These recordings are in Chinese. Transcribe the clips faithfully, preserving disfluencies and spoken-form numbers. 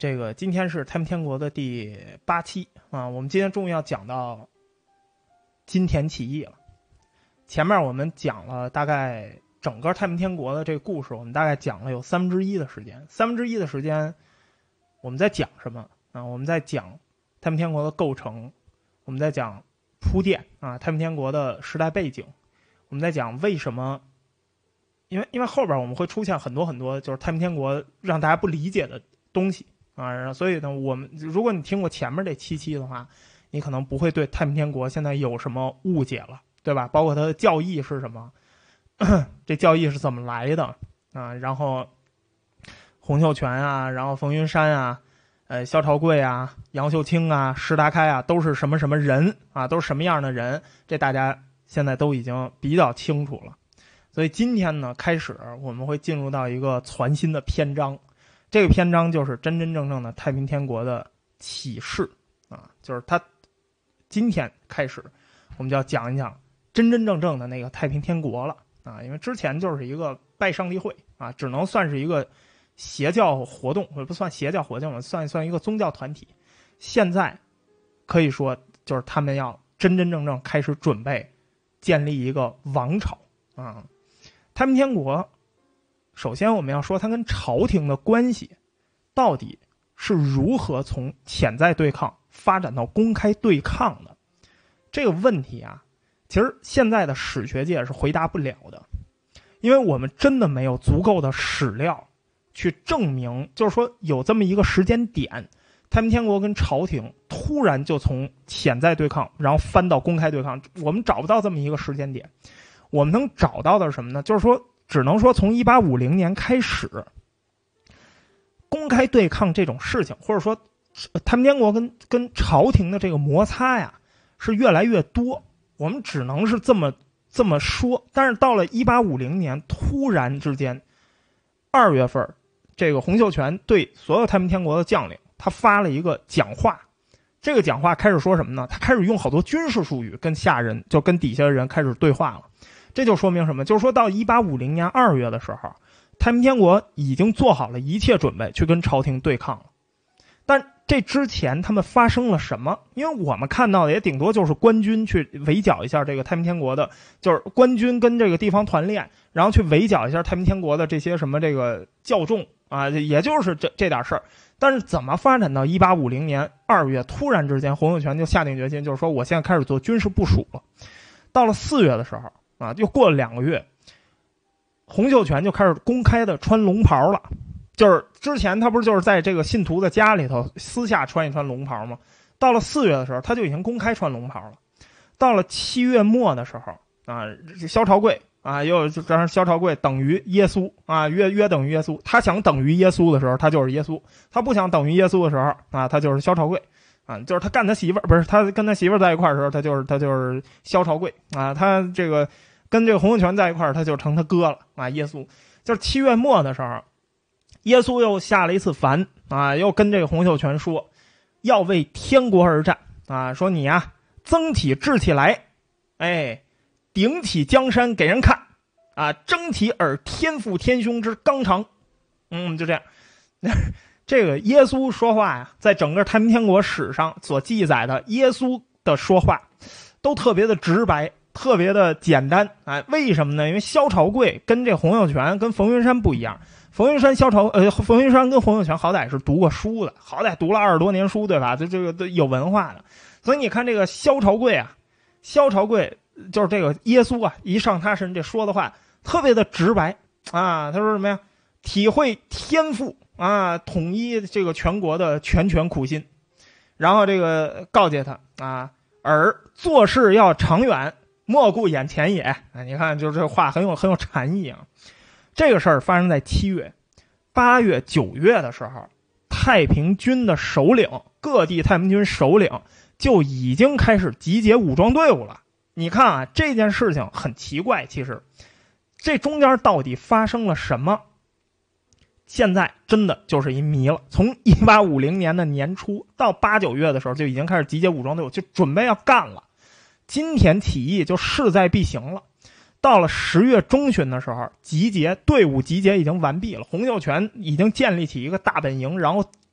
这个今天是太平天国的第八期啊，我们今天终于要讲到金田起义了。前面我们讲了大概整个太平天国的这个故事，我们大概讲了有三分之一的时间。三分之一的时间，我们在讲什么啊？我们在讲太平天国的构成，我们在讲铺垫啊，太平天国的时代背景，我们在讲为什么。因为因为后边我们会出现很多很多就是太平天国让大家不理解的东西啊，所以呢，我们如果你听过前面这七期的话，你可能不会对太平天国现在有什么误解了，对吧？包括它的教义是什么，这教义是怎么来的啊？然后洪秀全啊，然后冯云山啊，呃，萧朝贵啊，杨秀清啊，石达开啊，都是什么什么人啊？都是什么样的人？这大家现在都已经比较清楚了。所以今天呢，开始我们会进入到一个全新的篇章，这个篇章就是真真正正的太平天国的启示啊，就是它今天开始，我们就要讲一讲真真正正的那个太平天国了啊，因为之前就是一个拜上帝会啊，只能算是一个邪教活动，或者不算邪教活动了，算一算一个宗教团体。现在可以说就是他们要真真正正开始准备建立一个王朝啊。太平天国，首先我们要说它跟朝廷的关系到底是如何从潜在对抗发展到公开对抗的这个问题啊，其实现在的史学界是回答不了的，因为我们真的没有足够的史料去证明，就是说有这么一个时间点，太平天国跟朝廷突然就从潜在对抗然后翻到公开对抗，我们找不到这么一个时间点。我们能找到的是什么呢？就是说，只能说从一八五零年开始，公开对抗这种事情，或者说太平天国跟跟朝廷的这个摩擦呀，是越来越多。我们只能是这么这么说。但是到了一八五零年，突然之间，二月份，这个洪秀全对所有太平天国的将领，他发了一个讲话。这个讲话开始说什么呢？他开始用好多军事术语跟下人，就跟底下的人开始对话了。这就说明什么？就是说到一八五零年二月的时候，太平天国已经做好了一切准备去跟朝廷对抗了。但这之前他们发生了什么？因为我们看到的也顶多就是官军去围剿一下这个太平天国的，就是官军跟这个地方团练，然后去围剿一下太平天国的这些什么这个教众啊，也就是这这点事儿。但是怎么发展到一八五零年二月，突然之间洪秀全就下定决心，就是说我现在开始做军事部署了。到了四月的时候啊，又过了两个月，洪秀全就开始公开的穿龙袍了。就是之前他不是就是在这个信徒的家里头私下穿一穿龙袍吗？到了四月的时候，他就已经公开穿龙袍了。到了七月末的时候啊，萧朝贵啊，又这样萧朝贵等于耶稣啊，约约等于耶稣。他想等于耶稣的时候，他就是耶稣；他不想等于耶稣的时候啊，他就是萧朝贵。啊，就是他干他媳妇儿，不是他跟他媳妇儿在一块儿的时候，他就是他就是萧朝贵啊。他这个跟这个洪秀全在一块儿，他就成他哥了啊。耶稣就是七月末的时候，耶稣又下了一次凡啊，又跟这个洪秀全说，要为天国而战啊，说你啊增体志起来，哎，顶起江山给人看啊，争体尔天父天兄之纲常。嗯，就这样。这个耶稣说话呀，在整个太平天国史上所记载的耶稣的说话，都特别的直白，特别的简单。哎，为什么呢？因为萧朝贵跟这洪秀全、跟冯云山不一样。冯云山、萧朝呃，冯云山跟洪秀全好歹是读过书的，好歹读了二十多年书，对吧？这这个都有文化的。所以你看这个萧朝贵啊，萧朝贵就是这个耶稣啊，一上他身，这说的话特别的直白啊。他说什么呀？体会天赋。啊，统一这个全国的拳拳苦心，然后这个告诫他啊，而做事要长远，莫顾眼前也。啊，你看，就是这话很有很有禅意啊。这个事儿发生在七月、八月、九月的时候，太平军的首领，各地太平军首领就已经开始集结武装队伍了。你看啊，这件事情很奇怪，其实这中间到底发生了什么？现在真的就是一谜了。从一八五零年的年初到八九月的时候，就已经开始集结武装队伍，就准备要干了。金田起义就势在必行了。到了十月中旬的时候，集结队伍集结已经完毕了。洪秀全已经建立起一个大本营，然后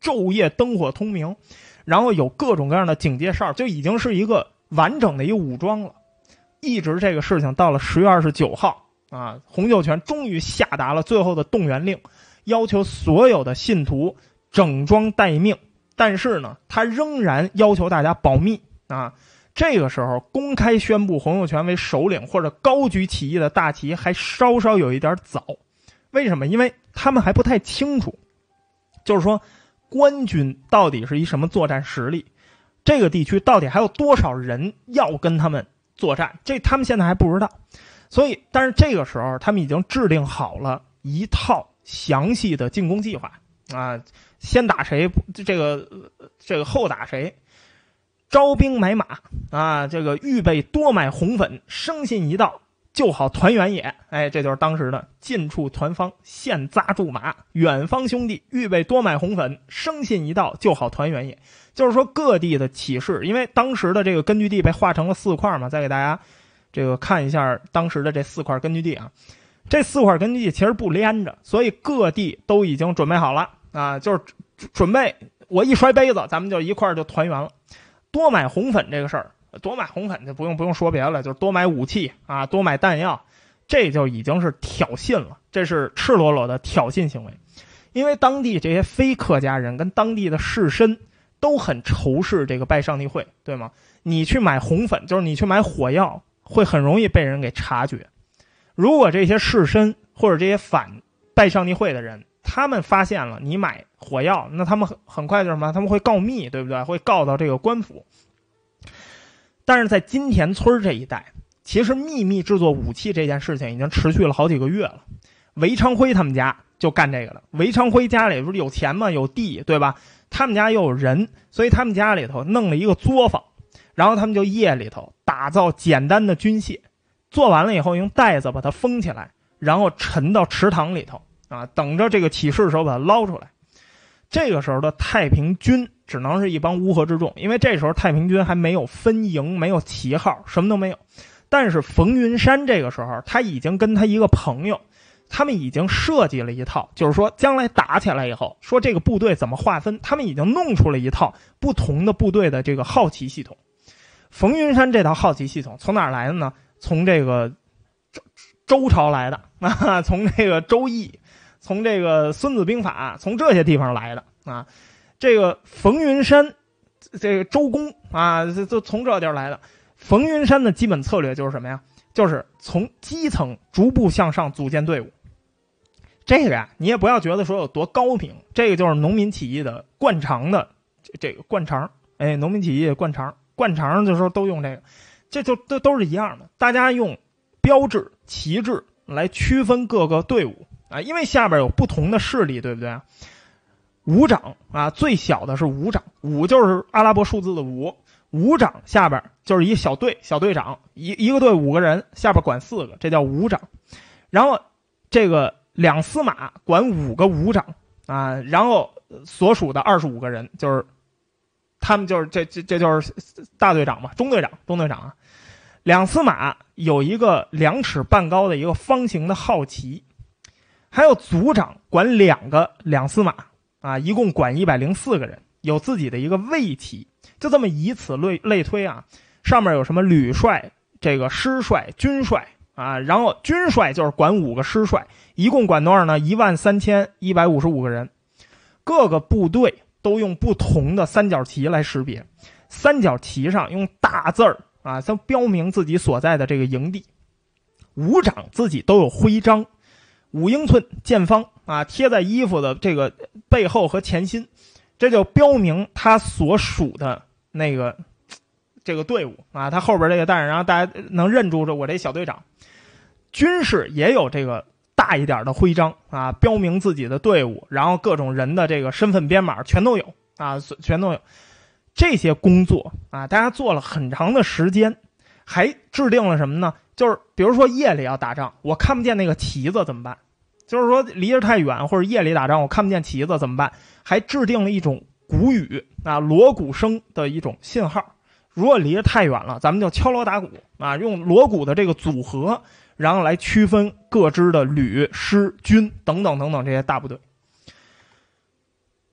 昼夜灯火通明，然后有各种各样的警戒哨，就已经是一个完整的一个武装了。一直这个事情到了十月二十九号啊，洪秀全终于下达了最后的动员令，要求所有的信徒整装待命。但是呢，他仍然要求大家保密啊。这个时候公开宣布洪秀全为首领或者高举起义的大旗还稍稍有一点早。为什么？因为他们还不太清楚，就是说官军到底是一什么作战实力，这个地区到底还有多少人要跟他们作战，这他们现在还不知道。所以但是这个时候他们已经制定好了一套详细的进攻计划啊，先打谁，这个这个后打谁，招兵买马啊，这个预备多买红粉，生信一到就好团圆也。哎，这就是当时的近处团方现扎驻马，远方兄弟预备多买红粉，生信一到就好团圆也。就是说各地的起事，因为当时的这个根据地被划成了四块嘛，再给大家这个看一下当时的这四块根据地啊。这四块根据地其实不连着，所以各地都已经准备好了啊，就是准备我一摔杯子，咱们就一块就团圆了。多买红粉这个事儿，多买红粉就不用不用说别的了，就是多买武器啊，多买弹药，这就已经是挑衅了，这是赤裸裸的挑衅行为。因为当地这些非客家人跟当地的士绅都很仇视这个拜上帝会，对吗？你去买红粉，就是你去买火药，会很容易被人给察觉。如果这些士绅或者这些反拜上帝会的人，他们发现了你买火药，那他们很很快就什么？他们会告密，对不对？会告到这个官府。但是在金田村这一带，其实秘密制作武器这件事情已经持续了好几个月了。韦昌辉他们家就干这个了。韦昌辉家里不是有钱吗？有地，对吧？他们家又有人，所以他们家里头弄了一个作坊，然后他们就夜里头打造简单的军械，做完了以后用袋子把它封起来，然后沉到池塘里头啊，等着这个起事的时候把它捞出来。这个时候的太平军只能是一帮乌合之众，因为这时候太平军还没有分营，没有旗号，什么都没有。但是冯云山这个时候他已经跟他一个朋友，他们已经设计了一套，就是说将来打起来以后，说这个部队怎么划分，他们已经弄出了一套不同的部队的这个号旗系统。冯云山这套号旗系统从哪儿来的呢？从这个周周朝来的啊，从这个周易，从这个孙子兵法，从这些地方来的啊。这个冯云山，这个周公啊，就从这地儿来的。冯云山的基本策略就是什么呀？就是从基层逐步向上组建队伍。这个呀，你也不要觉得说有多高明，这个就是农民起义的惯常的这这个惯常，哎，农民起义的惯常，惯常的时候都用这个，这就都都是一样的。大家用标志、旗帜来区分各个队伍啊，因为下边有不同的势力，对不对？伍长啊，最小的是伍长，伍就是阿拉伯数字的伍。伍长下边就是一小队，小队长，一一个队五个人，下边管四个，这叫伍长。然后这个两司马管五个伍长啊，然后所属的二十五个人，就是他们就是这这这就是大队长嘛，中队长，中队长啊。两司马有一个两尺半高的一个方形的号旗，还有组长管两个两司马啊，一共管一百零四个人，有自己的一个卫旗。就这么以此类类推啊，上面有什么旅帅、这个师帅、军帅啊，然后军帅就是管五个师帅，一共管多少呢？一万三千一百五十五个人。各个部队都用不同的三角旗来识别，三角旗上用大字儿啊，都标明自己所在的这个营地。伍长自己都有徽章，五英寸见方啊，贴在衣服的这个背后和前心，这就标明他所属的那个这个队伍啊，他后边这个带，然后大家能认住着我这小队长。军事也有这个大一点的徽章啊，标明自己的队伍，然后各种人的这个身份编码全都有啊，全都有。这些工作啊，大家做了很长的时间，还制定了什么呢？就是比如说夜里要打仗，我看不见那个旗子怎么办？就是说离着太远，或者夜里打仗我看不见旗子怎么办？还制定了一种鼓语啊，锣鼓声的一种信号。如果离得太远了，咱们就敲锣打鼓啊，用锣鼓的这个组合，然后来区分各支的旅、师、军等等等等这些大部队。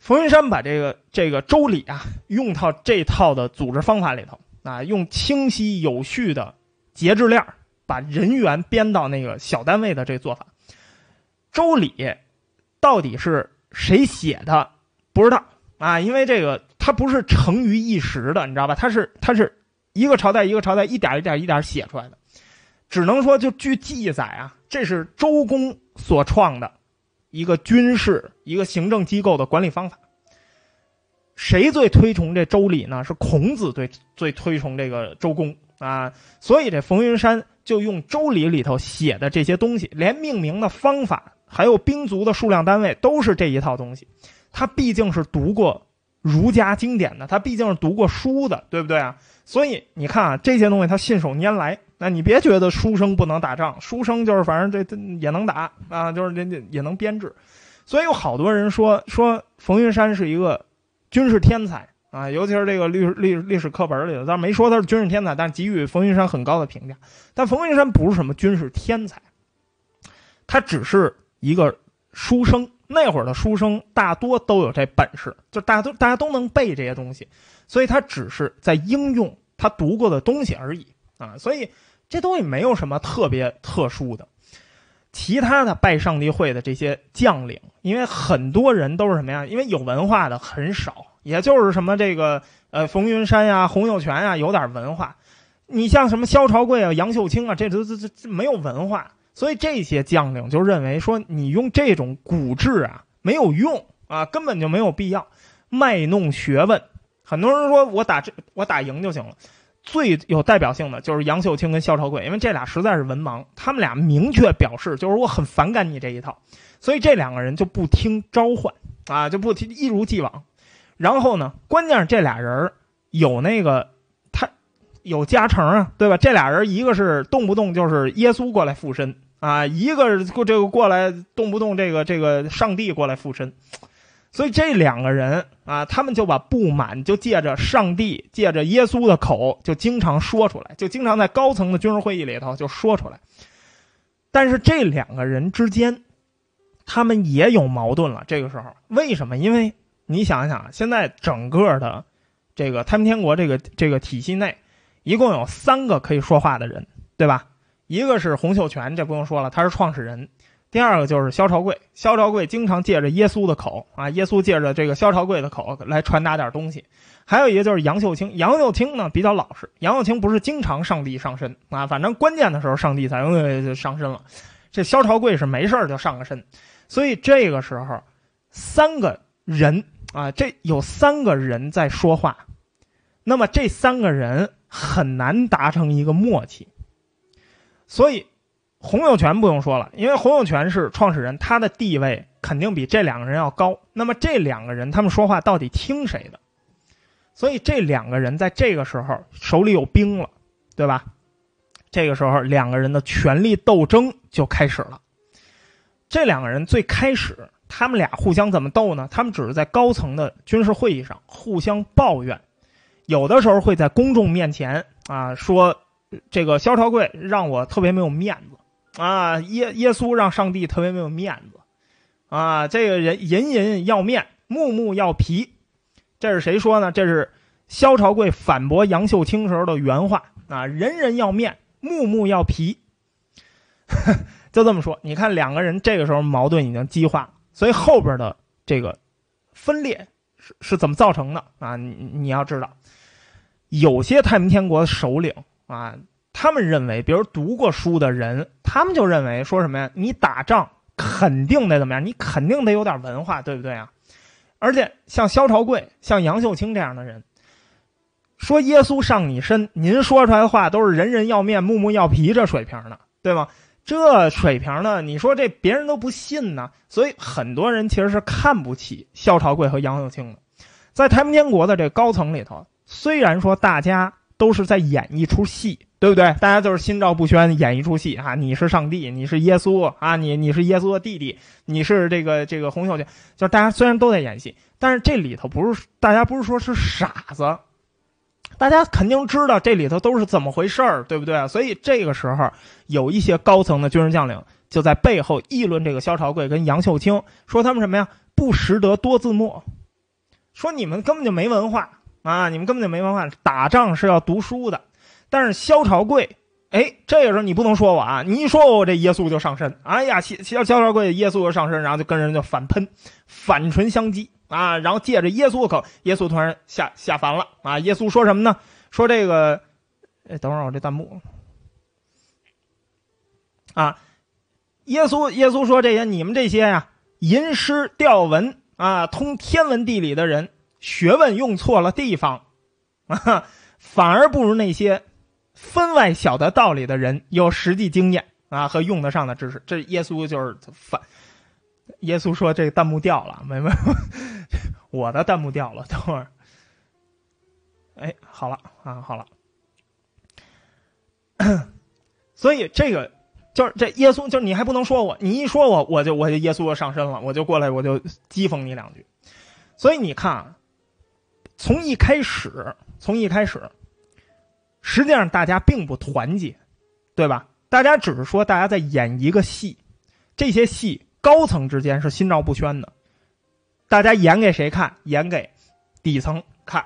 冯云山把这个这个周礼啊用到这套的组织方法里头啊，用清晰有序的节制链把人员编到那个小单位的这做法。周礼到底是谁写的不知道啊，因为这个它不是成于一时的，你知道吧？它是它是一个朝代一个朝代一点一点一点写出来的，只能说就据记载啊，这是周公所创的一个军事一个行政机构的管理方法。谁最推崇这周礼呢？是孔子最最推崇这个周公啊，所以这冯云山就用周礼里头写的这些东西，连命名的方法还有兵卒的数量单位都是这一套东西。他毕竟是读过儒家经典的，他毕竟是读过书的，对不对啊？所以你看啊，这些东西他信手拈来。那你别觉得书生不能打仗，书生就是反正这这也能打啊，就是人家也能编制。所以有好多人说说冯云山是一个军事天才啊，尤其是这个历历历史课本里头，但没说他是军事天才，但给予冯云山很高的评价。但冯云山不是什么军事天才，他只是一个书生。那会儿的书生大多都有这本事，就大家都大家都能背这些东西，所以他只是在应用他读过的东西而已啊。所以这东西没有什么特别特殊的。其他的拜上帝会的这些将领，因为很多人都是什么呀？因为有文化的很少，也就是什么这个呃冯云山呀、洪秀全呀有点文化，你像什么萧朝贵啊、杨秀清啊，这这这这没有文化。所以这些将领就认为说，你用这种古制啊没有用啊，根本就没有必要卖弄学问。很多人说我打这我打赢就行了。最有代表性的就是杨秀清跟萧朝贵，因为这俩实在是文盲，他们俩明确表示就是我很反感你这一套，所以这两个人就不听召唤啊，就不听，一如既往。然后呢，关键是这俩人有那个他有加成啊，对吧？这俩人一个是动不动就是耶稣过来附身啊，一个这个过来动不动这个这个上帝过来附身，所以这两个人啊，他们就把不满就借着上帝借着耶稣的口就经常说出来，就经常在高层的军事会议里头就说出来。但是这两个人之间他们也有矛盾了。这个时候为什么？因为你想一想，现在整个的这个太平天国这个这个体系内一共有三个可以说话的人，对吧？一个是洪秀全，这不用说了，他是创始人。第二个就是萧朝贵，萧朝贵经常借着耶稣的口啊，耶稣借着这个萧朝贵的口来传达点东西。还有一个就是杨秀清，杨秀清呢比较老实，杨秀清不是经常上帝上身啊，反正关键的时候上帝才会上身了。这萧朝贵是没事就上个身，所以这个时候三个人啊，这有三个人在说话，那么这三个人很难达成一个默契。所以洪秀全不用说了，因为洪秀全是创始人，他的地位肯定比这两个人要高。那么这两个人他们说话到底听谁的？所以这两个人在这个时候手里有兵了，对吧？这个时候两个人的权力斗争就开始了。这两个人最开始他们俩互相怎么斗呢？他们只是在高层的军事会议上互相抱怨，有的时候会在公众面前啊说这个萧朝贵让我特别没有面子啊，耶耶稣让上帝特别没有面子啊，这个人人人要面，木木要皮。这是谁说呢？这是萧朝贵反驳杨秀清时候的原话啊，人人要面，木木要皮。就这么说，你看两个人这个时候矛盾已经激化，所以后边的这个分裂是是怎么造成的啊？你你要知道，有些太平天国的首领啊，他们认为，比如读过书的人，他们就认为说什么呀？你打仗肯定得怎么样？你肯定得有点文化，对不对啊？而且像萧朝贵、像杨秀清这样的人，说耶稣上你身，您说出来的话都是人人要面，木木要皮这水平的，对吗？这水平呢，你说这别人都不信呢，所以很多人其实是看不起萧朝贵和杨秀清的。在太平天国的这个高层里头，虽然说大家都是在演一出戏，对不对？大家就是心照不宣演一出戏啊！你是上帝，你是耶稣啊，你你是耶稣的弟弟，你是这个这个洪秀全，就是大家虽然都在演戏，但是这里头不是大家不是说是傻子，大家肯定知道这里头都是怎么回事儿，对不对啊？所以这个时候有一些高层的军事将领就在背后议论这个萧朝贵跟杨秀清，说他们什么呀？不识得多自默说你们根本就没文化啊，你们根本就没文化，打仗是要读书的。但是萧朝贵，哎，这个时候你不能说我啊，你一说我，我这耶稣就上身。哎呀，萧萧朝贵耶稣就上身，然后就跟人就反喷，反唇相讥啊，然后借着耶稣的口，耶稣突然下下凡了啊。耶稣说什么呢？说这个，哎，等会儿我这弹幕啊，耶稣耶稣说这些你们这些呀、啊，吟诗吊文啊，通天文地理的人，学问用错了地方啊，反而不如那些分外晓得道理的人有实际经验啊和用得上的知识。这耶稣就是反，耶稣说这个弹幕掉了，没没，我的弹幕掉了，等会儿，哎，好了啊，好了。所以这个就是这耶稣，就是你还不能说我，你一说我，我就我就耶稣就上身了，我就过来我就讥讽你两句。所以你看啊，从一开始，从一开始。实际上大家并不团结，对吧？大家只是说大家在演一个戏，这些戏高层之间是心照不宣的，大家演给谁看？演给底层看。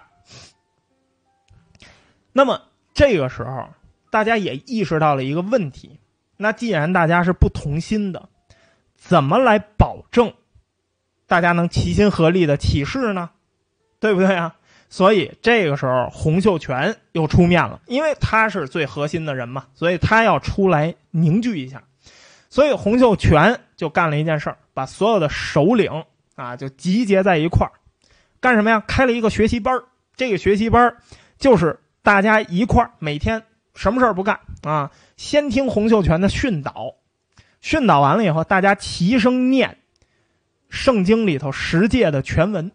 那么这个时候大家也意识到了一个问题，那既然大家是不同心的，怎么来保证大家能齐心合力的起事呢？对不对啊？所以这个时候洪秀全又出面了，因为他是最核心的人嘛，所以他要出来凝聚一下。所以洪秀全就干了一件事儿，把所有的首领啊就集结在一块儿，干什么呀？开了一个学习班。这个学习班就是大家一块儿每天什么事儿不干啊，先听洪秀全的训导，训导完了以后，大家齐声念圣经里头十诫的全文。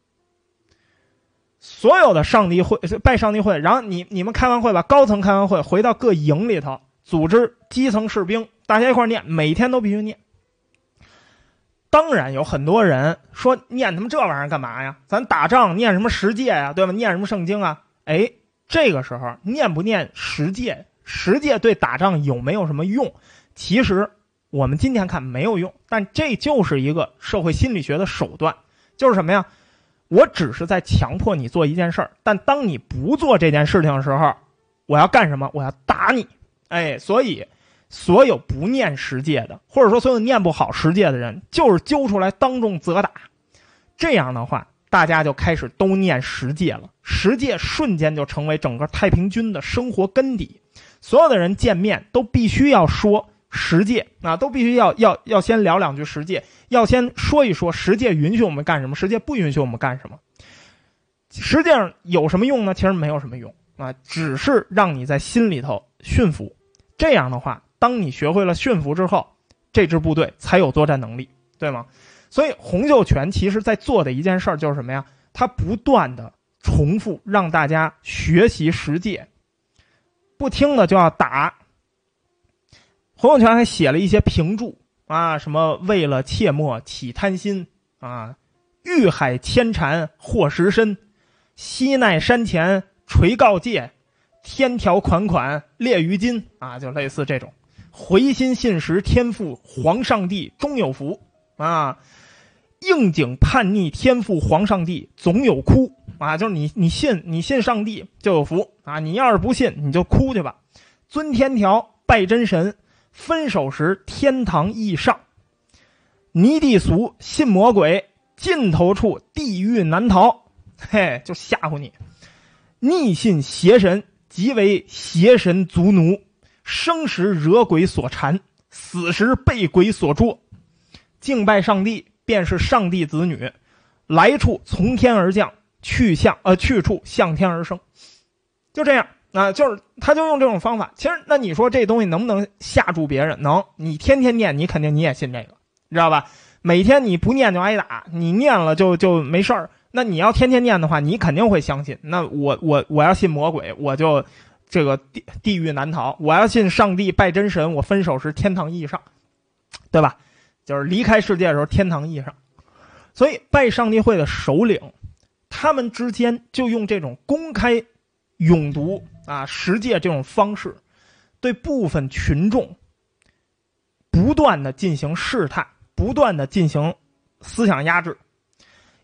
所有的上帝会拜上帝会，然后你你们开完会吧，高层开完会，回到各营里头，组织基层士兵，大家一块念，每天都必须念。当然有很多人说念他们这玩意儿干嘛呀？咱打仗念什么十诫呀，对吧？念什么圣经啊？哎，这个时候念不念十诫，十诫对打仗有没有什么用？其实我们今天看没有用，但这就是一个社会心理学的手段，就是什么呀？我只是在强迫你做一件事儿，但当你不做这件事情的时候，我要干什么？我要打你。哎，所以所有不念十诫的，或者说所有念不好十诫的人，就是揪出来当众责打。这样的话，大家就开始都念十诫了，十诫瞬间就成为整个太平军的生活根底。所有的人见面都必须要说十诫啊，都必须要要要先聊两句十诫，要先说一说十诫允许我们干什么，十诫不允许我们干什么。实际上有什么用呢？其实没有什么用啊，只是让你在心里头驯服。这样的话，当你学会了驯服之后，这支部队才有作战能力，对吗？所以洪秀全其实在做的一件事就是什么呀？他不断的重复让大家学习十诫，不听的就要打。洪秀全还写了一些评注啊，什么为了切莫起贪心啊，欲海牵缠或实身，西奈山前垂告诫，天条款款列于今啊，就类似这种。回心信实天父皇上帝终有福啊，应景叛逆天父皇上帝总有哭啊，就是你你信你信上帝就有福啊，你要是不信你就哭去吧。遵天条拜真神，分手时天堂意上，泥地俗信魔鬼，尽头处地狱难逃。嘿，就吓唬你。逆信邪神，即为邪神族奴，生时惹鬼所缠，死时被鬼所捉。敬拜上帝，便是上帝子女，来处从天而降，去向呃去处向天而生。就这样啊，就是他就用这种方法。其实那你说这东西能不能吓住别人？能，你天天念，你肯定你也信这个，知道吧？每天你不念就挨打，你念了就就没事儿。那你要天天念的话，你肯定会相信。那我我我要信魔鬼，我就这个地地狱难逃；我要信上帝拜真神，我分手时天堂意上，对吧？就是离开世界的时候天堂意上。所以拜上帝会的首领，他们之间就用这种公开咏读啊十诫这种方式，对部分群众不断的进行试探，不断的进行思想压制。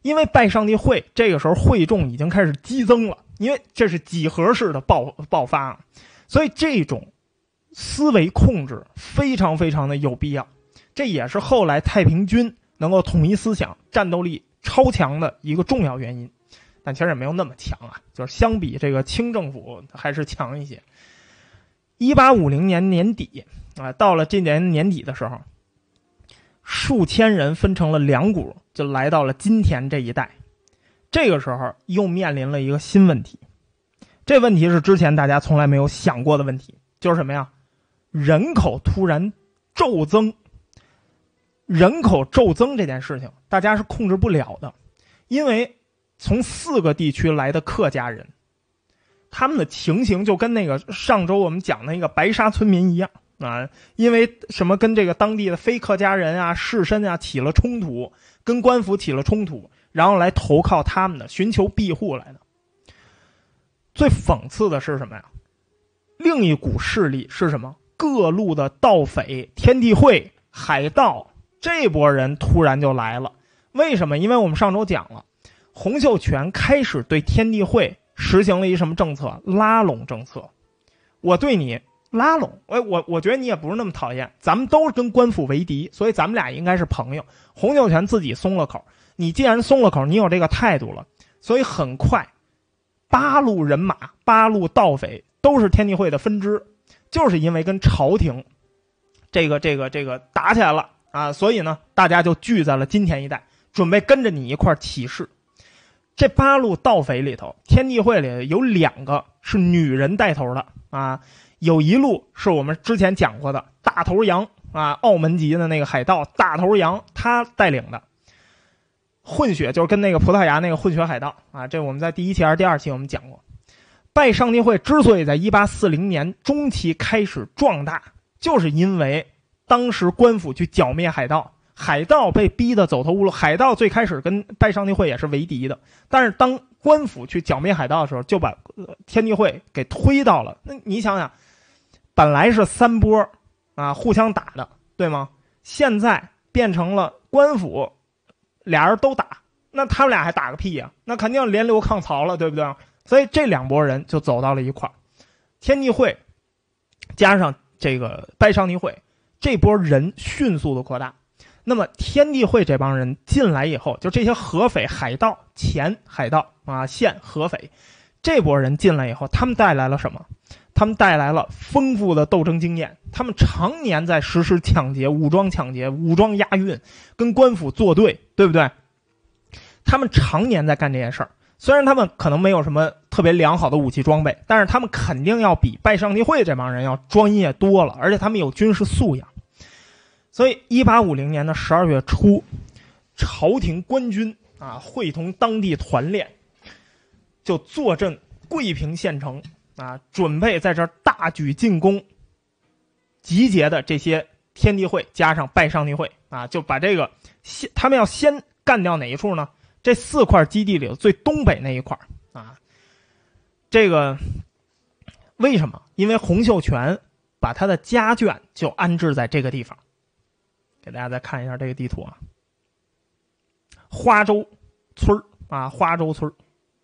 因为拜上帝会这个时候会众已经开始激增了，因为这是几何式的爆爆发，所以这种思维控制非常非常的有必要。这也是后来太平军能够统一思想、战斗力超强的一个重要原因。但其实也没有那么强啊，就是相比这个清政府还是强一些。一八五零年年底啊，到了这年年底的时候，数千人分成了两股，就来到了金田这一带。这个时候又面临了一个新问题，这问题是之前大家从来没有想过的问题，就是什么呀？人口突然骤增。人口骤增这件事情大家是控制不了的，因为从四个地区来的客家人，他们的情形就跟那个上周我们讲的那个白沙村民一样啊，因为什么跟这个当地的非客家人啊、士绅啊起了冲突，跟官府起了冲突，然后来投靠他们的，寻求庇护来的。最讽刺的是什么呀？另一股势力是什么？各路的盗匪、天地会、海盗，这波人突然就来了。为什么？因为我们上周讲了，洪秀全开始对天地会实行了一什么政策？拉拢政策。我对你拉拢，我我我觉得你也不是那么讨厌，咱们都是跟官府为敌，所以咱们俩应该是朋友。洪秀全自己松了口，你既然松了口，你有这个态度了，所以很快八路人马、八路盗匪都是天地会的分支，就是因为跟朝廷这个这个这个打起来了啊，所以呢，大家就聚在了金田一带，准备跟着你一块起事。这八路盗匪里头，天地会里有两个是女人带头的啊，有一路是我们之前讲过的大头羊啊，澳门籍的那个海盗大头羊他带领的。混血就是跟那个葡萄牙那个混血海盗啊，这我们在第一期还是第二期我们讲过。拜上帝会之所以在一八四零年中期开始壮大，就是因为当时官府去剿灭海盗，海盗被逼得走投无路。海盗最开始跟拜上帝会也是为敌的，但是当官府去剿灭海盗的时候，就把、呃、天地会给推到了。那你想想，本来是三波啊互相打的，对吗？现在变成了官府俩人都打，那他们俩还打个屁呀、啊？那肯定联流抗曹了，对不对？所以这两拨人就走到了一块儿，天地会加上这个拜上帝会，这波人迅速的扩大。那么天地会这帮人进来以后，就这些河匪、海盗、前海盗啊、现河匪，这波人进来以后，他们带来了什么？他们带来了丰富的斗争经验，他们常年在实施抢劫、武装抢劫、武装押运，跟官府作对，对不对？他们常年在干这件事儿。虽然他们可能没有什么特别良好的武器装备，但是他们肯定要比拜上帝会这帮人要专业多了，而且他们有军事素养。所以一八五零年的十二月初，朝廷官军啊会同当地团练，就坐镇桂平县城啊，准备在这儿大举进攻。集结的这些天地会加上拜上帝会啊，就把这个他们要先干掉哪一处呢？这四块基地里最东北那一块啊，这个为什么？因为洪秀全把他的家眷就安置在这个地方。给大家再看一下这个地图啊，花洲村啊，花洲村，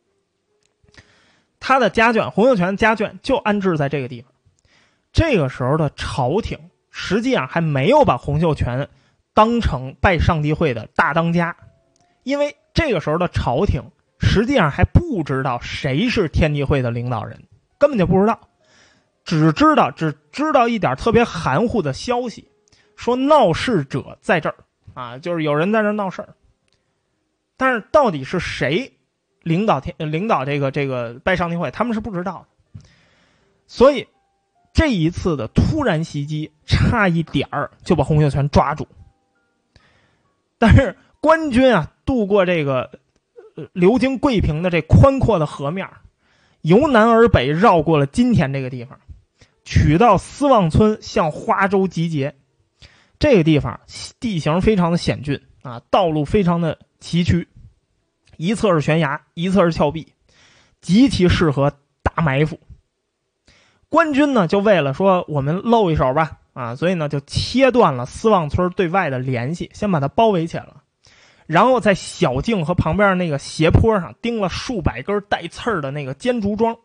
他的家眷，洪秀全的家眷就安置在这个地方。这个时候的朝廷实际上还没有把洪秀全当成拜上帝会的大当家，因为这个时候的朝廷实际上还不知道谁是天地会的领导人，根本就不知道，只知道只知道一点特别含糊的消息，说闹事者在这儿啊，就是有人在这儿闹事儿。但是到底是谁领导天领导这个这个拜上帝会，他们是不知道的。所以这一次的突然袭击，差一点儿就把洪秀全抓住。但是官军啊，渡过这个、呃、流经桂平的这宽阔的河面，由南而北绕过了金田这个地方，取到思望村向花洲集结。这个地方地形非常的险峻啊，道路非常的崎岖，一侧是悬崖，一侧是峭壁，极其适合打埋伏。官军呢就为了说我们露一手吧啊，所以呢就切断了思望村对外的联系，先把它包围起来了。 然后在小径和旁边那个斜坡上钉了数百根带刺儿的那个尖竹桩。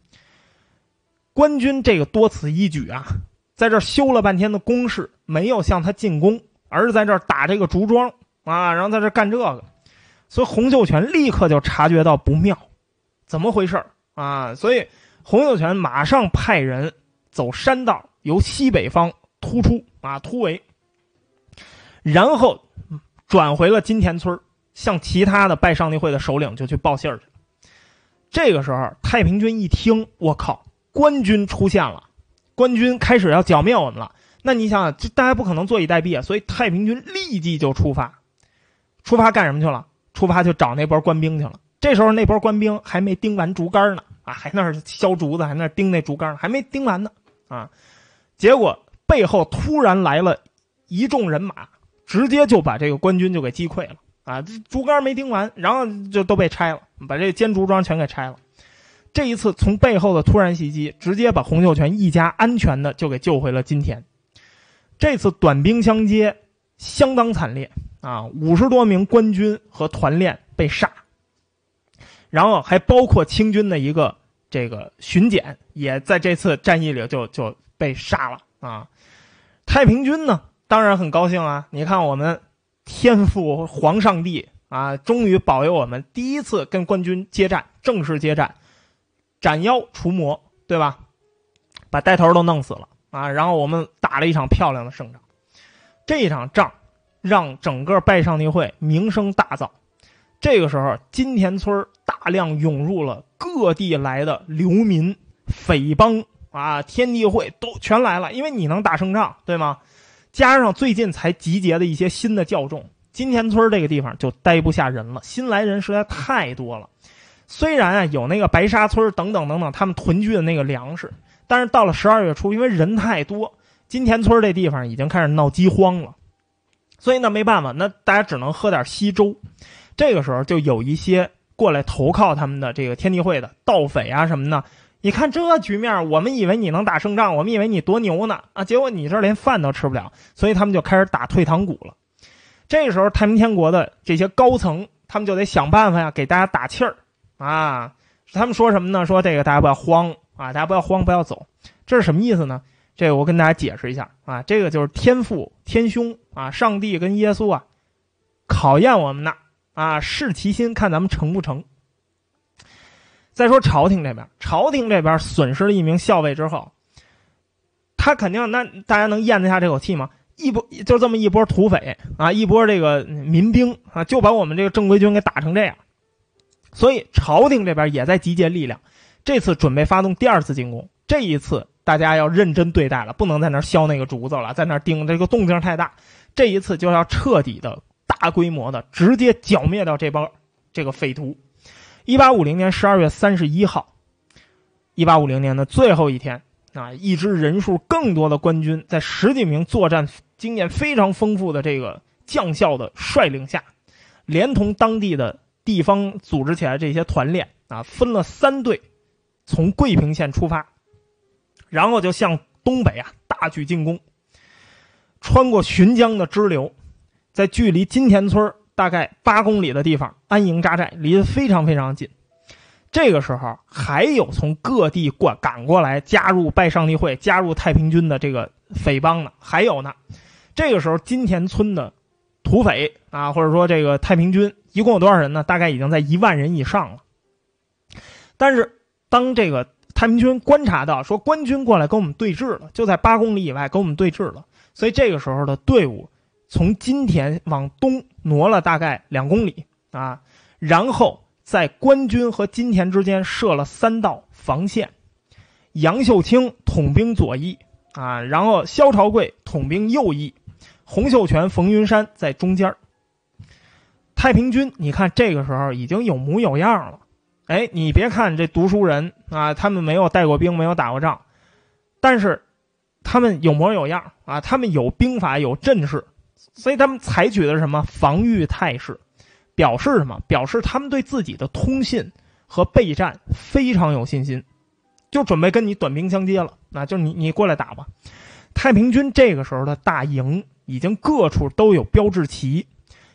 官军这个多此一举啊，在这修了半天的工事，没有向他进攻，而是在这儿打这个竹桩啊，然后在这干这个。所以洪秀全立刻就察觉到不妙，怎么回事啊？所以洪秀全马上派人走山道，由西北方突出啊，突围，然后转回了金田村，向其他的拜上帝会的首领就去报信儿去了。这个时候太平军一听，我靠，官军出现了，官军开始要剿灭我们了。那你想想，这大家不可能坐以待毙啊，所以太平军立即就出发。出发干什么去了？出发就找那波官兵去了。这时候那波官兵还没钉完竹竿呢，啊，还那儿削竹子，还那儿钉那竹竿，还没钉完呢，啊！结果背后突然来了一众人马，直接就把这个官军就给击溃了，啊！这竹竿没钉完，然后就都被拆了，把这尖竹桩全给拆了。这一次从背后的突然袭击，直接把洪秀全一家安全的就给救回了金田。这次短兵相接，相当惨烈啊！五十多名官军和团练被杀，然后还包括清军的一个这个巡检，也在这次战役里就就被杀了啊！太平军呢，当然很高兴啊！你看我们天父皇上帝啊，终于保佑我们第一次跟官军接战，正式接战，斩妖除魔，对吧？把带头都弄死了啊！然后我们打了一场漂亮的胜仗。这一场仗让整个拜上帝会名声大噪。这个时候金田村大量涌入了各地来的流民、匪帮啊，天地会都全来了，因为你能打胜仗，对吗？加上最近才集结的一些新的教众，金田村这个地方就待不下人了，新来人实在太多了。虽然啊有那个白沙村等等等等他们囤积的那个粮食，但是到了十二月初，因为人太多，金田村这地方已经开始闹饥荒了，所以呢没办法，那大家只能喝点稀粥。这个时候就有一些过来投靠他们的这个天地会的盗匪啊什么的，你看这局面，我们以为你能打胜仗，我们以为你多牛呢啊，结果你这连饭都吃不了，所以他们就开始打退堂鼓了。这个时候太平天国的这些高层，他们就得想办法呀，给大家打气儿啊。他们说什么呢？说这个大家不要慌啊，大家不要慌，不要走。这是什么意思呢？这个我跟大家解释一下啊，这个就是天父天兄啊，上帝跟耶稣啊考验我们呢啊，试其心，看咱们成不成。再说朝廷这边，朝廷这边损失了一名校尉之后，他肯定那大家能咽得下这口气吗？一波就这么一波土匪啊，一波这个民兵啊，就把我们这个正规军给打成这样。所以朝廷这边也在集结力量，这次准备发动第二次进攻。这一次大家要认真对待了，不能在那儿削那个竹子了，在那儿盯，这个动静太大。这一次就要彻底的大规模的直接剿灭掉这帮这个匪徒。一八五零年十二月三十一号，一八五零年的最后一天啊，一支人数更多的官军，在十几名作战经验非常丰富的这个将校的率领下，连同当地的地方组织起来这些团练啊，分了三队，从桂平县出发，然后就向东北啊大举进攻，穿过浔江的支流，在距离金田村大概八公里的地方安营扎寨，离得非常非常近。这个时候还有从各地过赶过来加入拜上帝会、加入太平军的这个匪帮呢，还有呢。这个时候金田村的土匪啊，或者说这个太平军一共有多少人呢？大概已经在一万人以上了。但是当这个太平军观察到说官军过来跟我们对峙了，就在八公里以外跟我们对峙了，所以这个时候的队伍从金田往东挪了大概两公里啊，然后在官军和金田之间设了三道防线，杨秀清统兵左翼啊，然后萧朝贵统兵右翼，洪秀全、冯云山在中间。太平军你看这个时候已经有模有样了，哎，你别看这读书人啊，他们没有带过兵，没有打过仗，但是他们有模有样啊，他们有兵法，有阵势，所以他们采取的是什么？防御态势，表示什么？表示他们对自己的通信和备战非常有信心，就准备跟你短兵相接了，那就你你过来打吧。太平军这个时候的大营已经各处都有标志旗，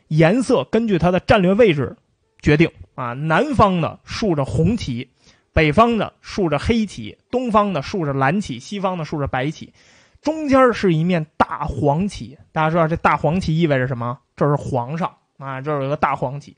颜色根据它的战略位置决定啊。南方的竖着红旗，北方的竖着黑旗，东方的竖着蓝旗，西方的竖着白旗，中间是一面大黄旗。大家知道这大黄旗意味着什么？这是皇上啊，这有一个大黄旗。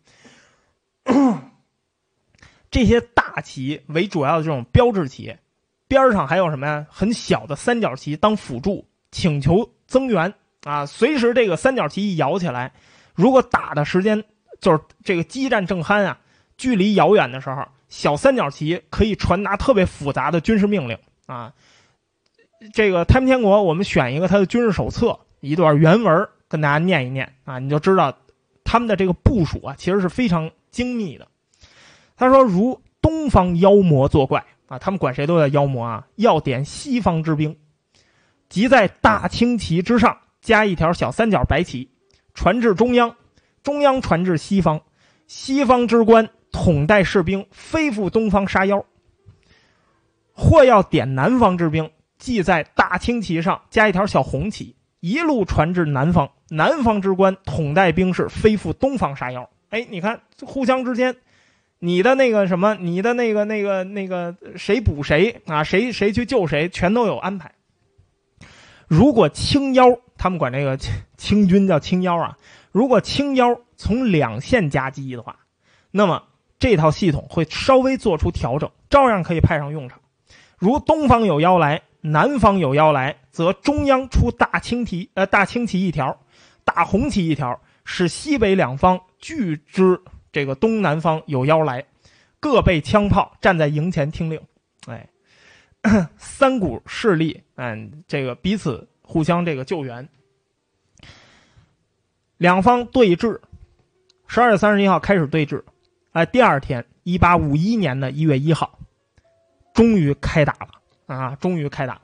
这些大旗为主要的这种标志旗，边上还有什么呀？很小的三角旗当辅助，请求增援啊。随时这个三角旗一摇起来，如果打的时间就是这个激战正酣啊，距离遥远的时候，小三角旗可以传达特别复杂的军事命令啊。这个太平天国，我们选一个他的军事手册，一段原文跟大家念一念啊，你就知道他们的这个部署啊，其实是非常精密的。他说：“如东方妖魔作怪啊，他们管谁都叫妖魔啊。要点西方之兵，即在大青旗之上加一条小三角白旗，传至中央，中央传至西方，西方之官统带士兵飞赴东方杀妖。或要点南方之兵，即在大青旗上加一条小红旗，一路传至南方，南方之官统带兵士飞赴东方杀妖。哎，你看互相之间。”你的那个什么，你的那个那个那个谁补谁啊，谁谁去救谁，全都有安排。如果青妖，他们管这个清军叫青妖啊，如果青妖从两线夹击的话，那么这套系统会稍微做出调整，照样可以派上用场。如东方有妖来，南方有妖来，则中央出大青旗，呃，大青旗一条，大红旗一条，使西北两方俱知这个东南方有妖来，各备枪炮，站在营前听令。哎，三股势力，嗯，这个彼此互相这个救援。两方对峙，十二月三十一号开始对峙。哎，第二天，一八五一年的一月一号，终于开打了啊！终于开打了。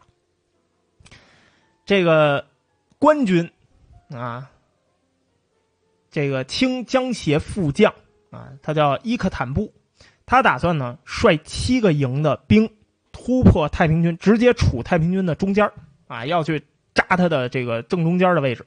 这个官军啊，这个清江协副将。啊，他叫伊克坦布，他打算呢率七个营的兵突破太平军，直接处太平军的中间啊，要去扎他的这个正中间的位置。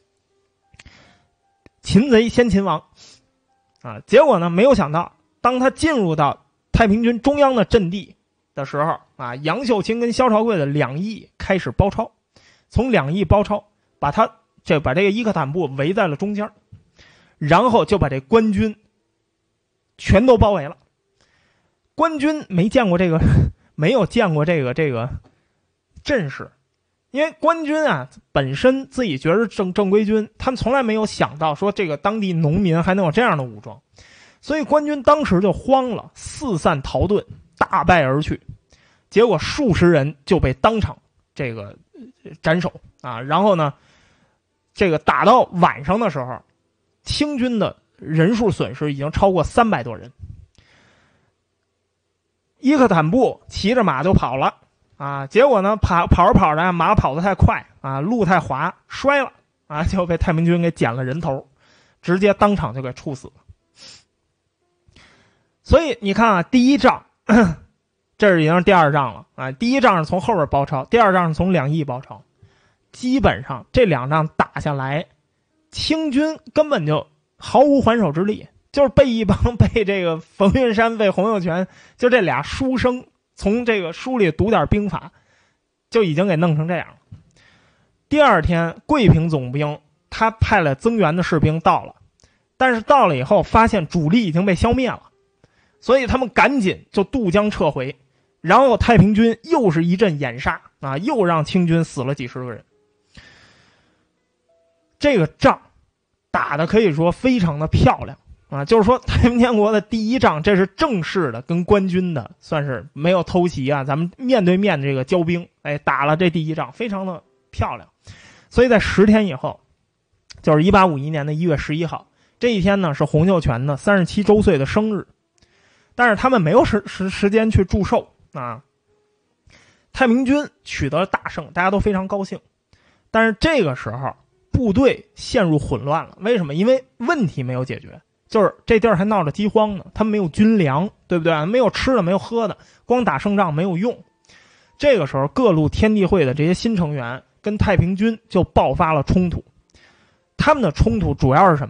擒贼先擒王啊！结果呢，没有想到，当他进入到太平军中央的阵地的时候啊，杨秀清跟萧朝贵的两翼开始包抄，从两翼包抄，把他这把这个伊克坦布围在了中间，然后就把这官军全都包围了。官军没见过这个，没有见过这个这个阵势，因为官军啊本身自己觉得正正规军，他们从来没有想到说这个当地农民还能有这样的武装，所以官军当时就慌了，四散逃遁，大败而去。结果数十人就被当场这个斩首啊！然后呢，这个打到晚上的时候，清军的人数损失已经超过三百多人。伊克坦布骑着马就跑了啊，结果呢跑跑着跑着马跑得太快啊，路太滑摔了啊，就被太平军给剪了人头，直接当场就给处死了。所以你看啊，第一仗这是已经是第二仗了啊，第一仗是从后边包抄，第二仗是从两翼包抄，基本上这两仗打下来，清军根本就毫无还手之力，就是被一帮被这个冯云山、被洪秀全，就这俩书生从这个书里读点兵法，就已经给弄成这样了。第二天，桂平总兵他派了增援的士兵到了，但是到了以后发现主力已经被消灭了，所以他们赶紧就渡江撤回，然后太平军又是一阵掩杀啊，又让清军死了几十个人。这个仗打的可以说非常的漂亮啊，就是说太平天国的第一仗，这是正式的跟官军的，算是没有偷袭啊，咱们面对面的这个交兵，哎，打了这第一仗，非常的漂亮。所以在十天以后，就是一八五一年的一月十一号，这一天呢是洪秀全的三十七周岁的生日，但是他们没有时时时间去祝寿啊。太平军取得了大胜，大家都非常高兴，但是这个时候部队陷入混乱了。为什么？因为问题没有解决，就是这地儿还闹着饥荒呢，他们没有军粮，对不对？没有吃的，没有喝的，光打胜仗没有用。这个时候，各路天地会的这些新成员跟太平军就爆发了冲突。他们的冲突主要是什么呀？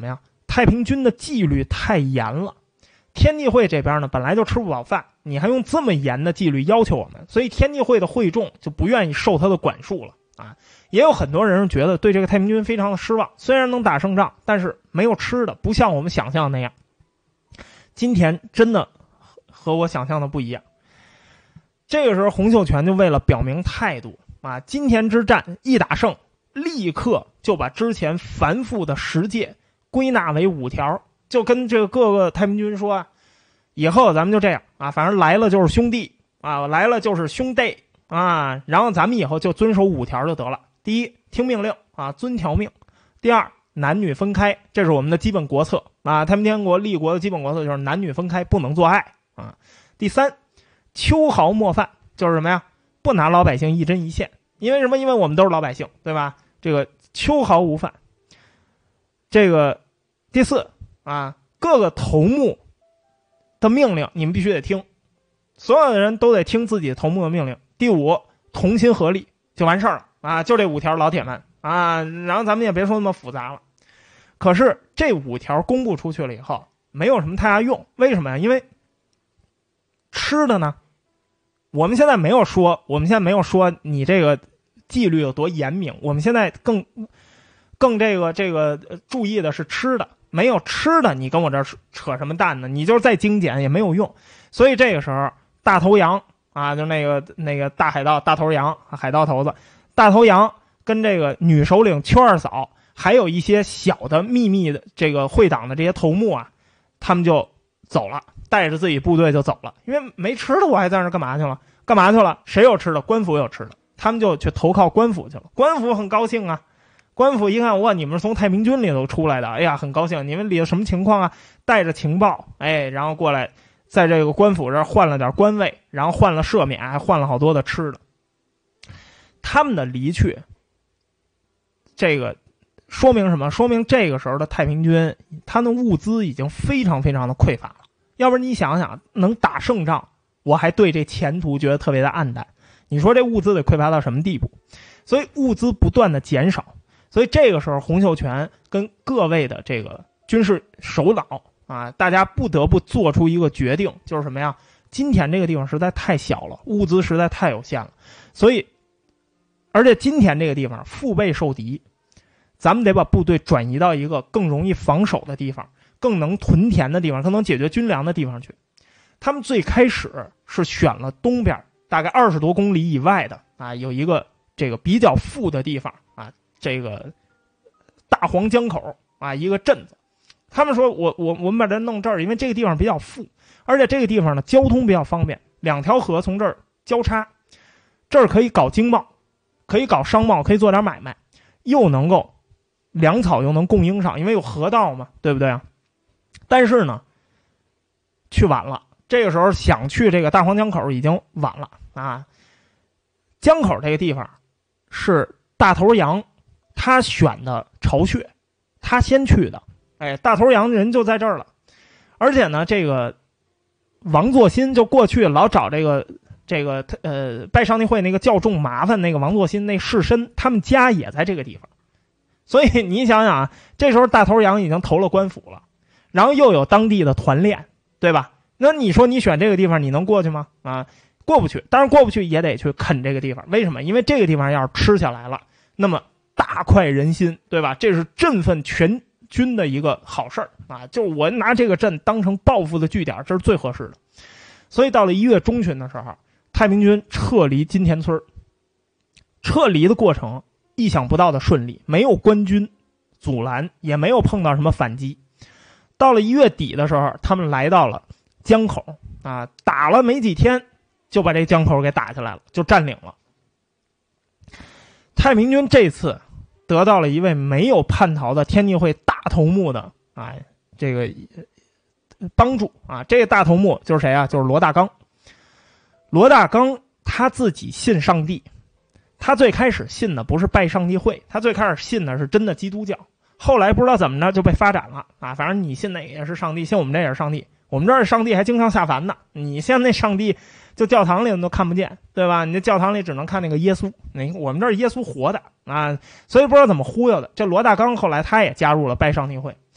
太平军的纪律太严了。天地会这边呢，本来就吃不饱饭，你还用这么严的纪律要求我们，所以天地会的会众就不愿意受他的管束了啊。也有很多人觉得对这个太平军非常的失望，虽然能打胜仗，但是没有吃的，不像我们想象那样。今天真的和我想象的不一样。这个时候洪秀全就为了表明态度啊，今天之战一打胜，立刻就把之前繁复的十诫归纳为五条，就跟这个各个太平军说啊，以后咱们就这样啊，反正来了就是兄弟啊，来了就是兄弟啊，然后咱们以后就遵守五条就得了。第一，听命令啊，遵条命；第二，男女分开，这是我们的基本国策啊。太平天国立国的基本国策就是男女分开，不能做爱啊。第三，秋毫莫犯，就是什么呀？不拿老百姓一针一线，因为什么？因为我们都是老百姓，对吧？这个秋毫无犯。这个第四啊，各个头目的命令你们必须得听，所有的人都得听自己头目的命令。第五，同心合力就完事儿了啊，就这五条，老铁们啊，然后咱们也别说那么复杂了。可是这五条公布出去了以后，没有什么太大用，为什么呀？因为吃的呢，我们现在没有说，我们现在没有说你这个纪律有多严明，我们现在更更这个这个注意的是吃的，没有吃的，你跟我这扯什么蛋呢？你就是再精简也没有用。所以这个时候，大头羊啊，就那个那个大海盗大头羊，海盗头子，大头羊跟这个女首领邱二嫂，还有一些小的秘密的这个会党的这些头目啊，他们就走了，带着自己部队就走了，因为没吃的，我还在那干嘛去了？干嘛去了？谁有吃的？官府有吃的，他们就去投靠官府去了。官府很高兴啊，官府一看，哇，你们是从太平军里头出来的，哎呀，很高兴，你们里头什么情况啊？带着情报，哎，然后过来，在这个官府这儿换了点官位，然后换了赦免，还换了好多的吃的。他们的离去，这个说明什么？说明这个时候的太平军，他的物资已经非常非常的匮乏了。要不然你想想，能打胜仗，我还对这前途觉得特别的暗淡。你说这物资得匮乏到什么地步？所以物资不断的减少。所以这个时候，洪秀全跟各位的这个军事首脑啊，大家不得不做出一个决定，就是什么呀？金田这个地方实在太小了，物资实在太有限了，所以，而且金田这个地方腹背受敌，咱们得把部队转移到一个更容易防守的地方，更能屯田的地方，更能解决军粮的地方去。他们最开始是选了东边大概二十多公里以外的啊，有一个这个比较富的地方啊。这个大黄江口啊，一个镇子，他们说我我我们把它弄这儿，因为这个地方比较富，而且这个地方呢交通比较方便，两条河从这儿交叉，这儿可以搞经贸，可以搞商贸，可以做点买卖，又能够粮草又能供应上，因为有河道嘛，对不对啊？但是呢，去晚了，这个时候想去这个大黄江口已经晚了啊。江口这个地方是大头羊他选的巢穴，他先去的，哎，大头羊人就在这儿了。而且呢，这个王作新就过去老找这个这个呃拜上帝会那个教众麻烦那个王作新那士绅，他们家也在这个地方。所以你想想啊，这时候大头羊已经投了官府了，然后又有当地的团练，对吧？那你说你选这个地方，你能过去吗？啊，过不去。当然过不去也得去啃这个地方。为什么？因为这个地方要是吃下来了，那么大快人心，对吧？这是振奋全军的一个好事儿啊！就是我拿这个镇当成报复的据点，这是最合适的。所以到了一月中旬的时候，太平军撤离金田村，撤离的过程意想不到的顺利，没有官军阻拦，也没有碰到什么反击。到了一月底的时候，他们来到了江口啊，打了没几天，就把这江口给打下来了，就占领了。太平军这次得到了一位没有叛逃的天地会大头目的啊，这个帮助啊。这个大头目就是谁啊？就是罗大刚。罗大刚他自己信上帝，他最开始信的不是拜上帝会，他最开始信的是真的基督教。后来不知道怎么着就被发展了啊，反正你信那也是上帝，信我们这也是上帝，我们这儿上帝还经常下凡呢。你现在那上帝就教堂里都看不见，对吧？你这教堂里只能看那个耶稣，那我们这儿耶稣活的啊，所以不知道怎么忽悠的。这罗大刚后来他也加入了拜上帝会，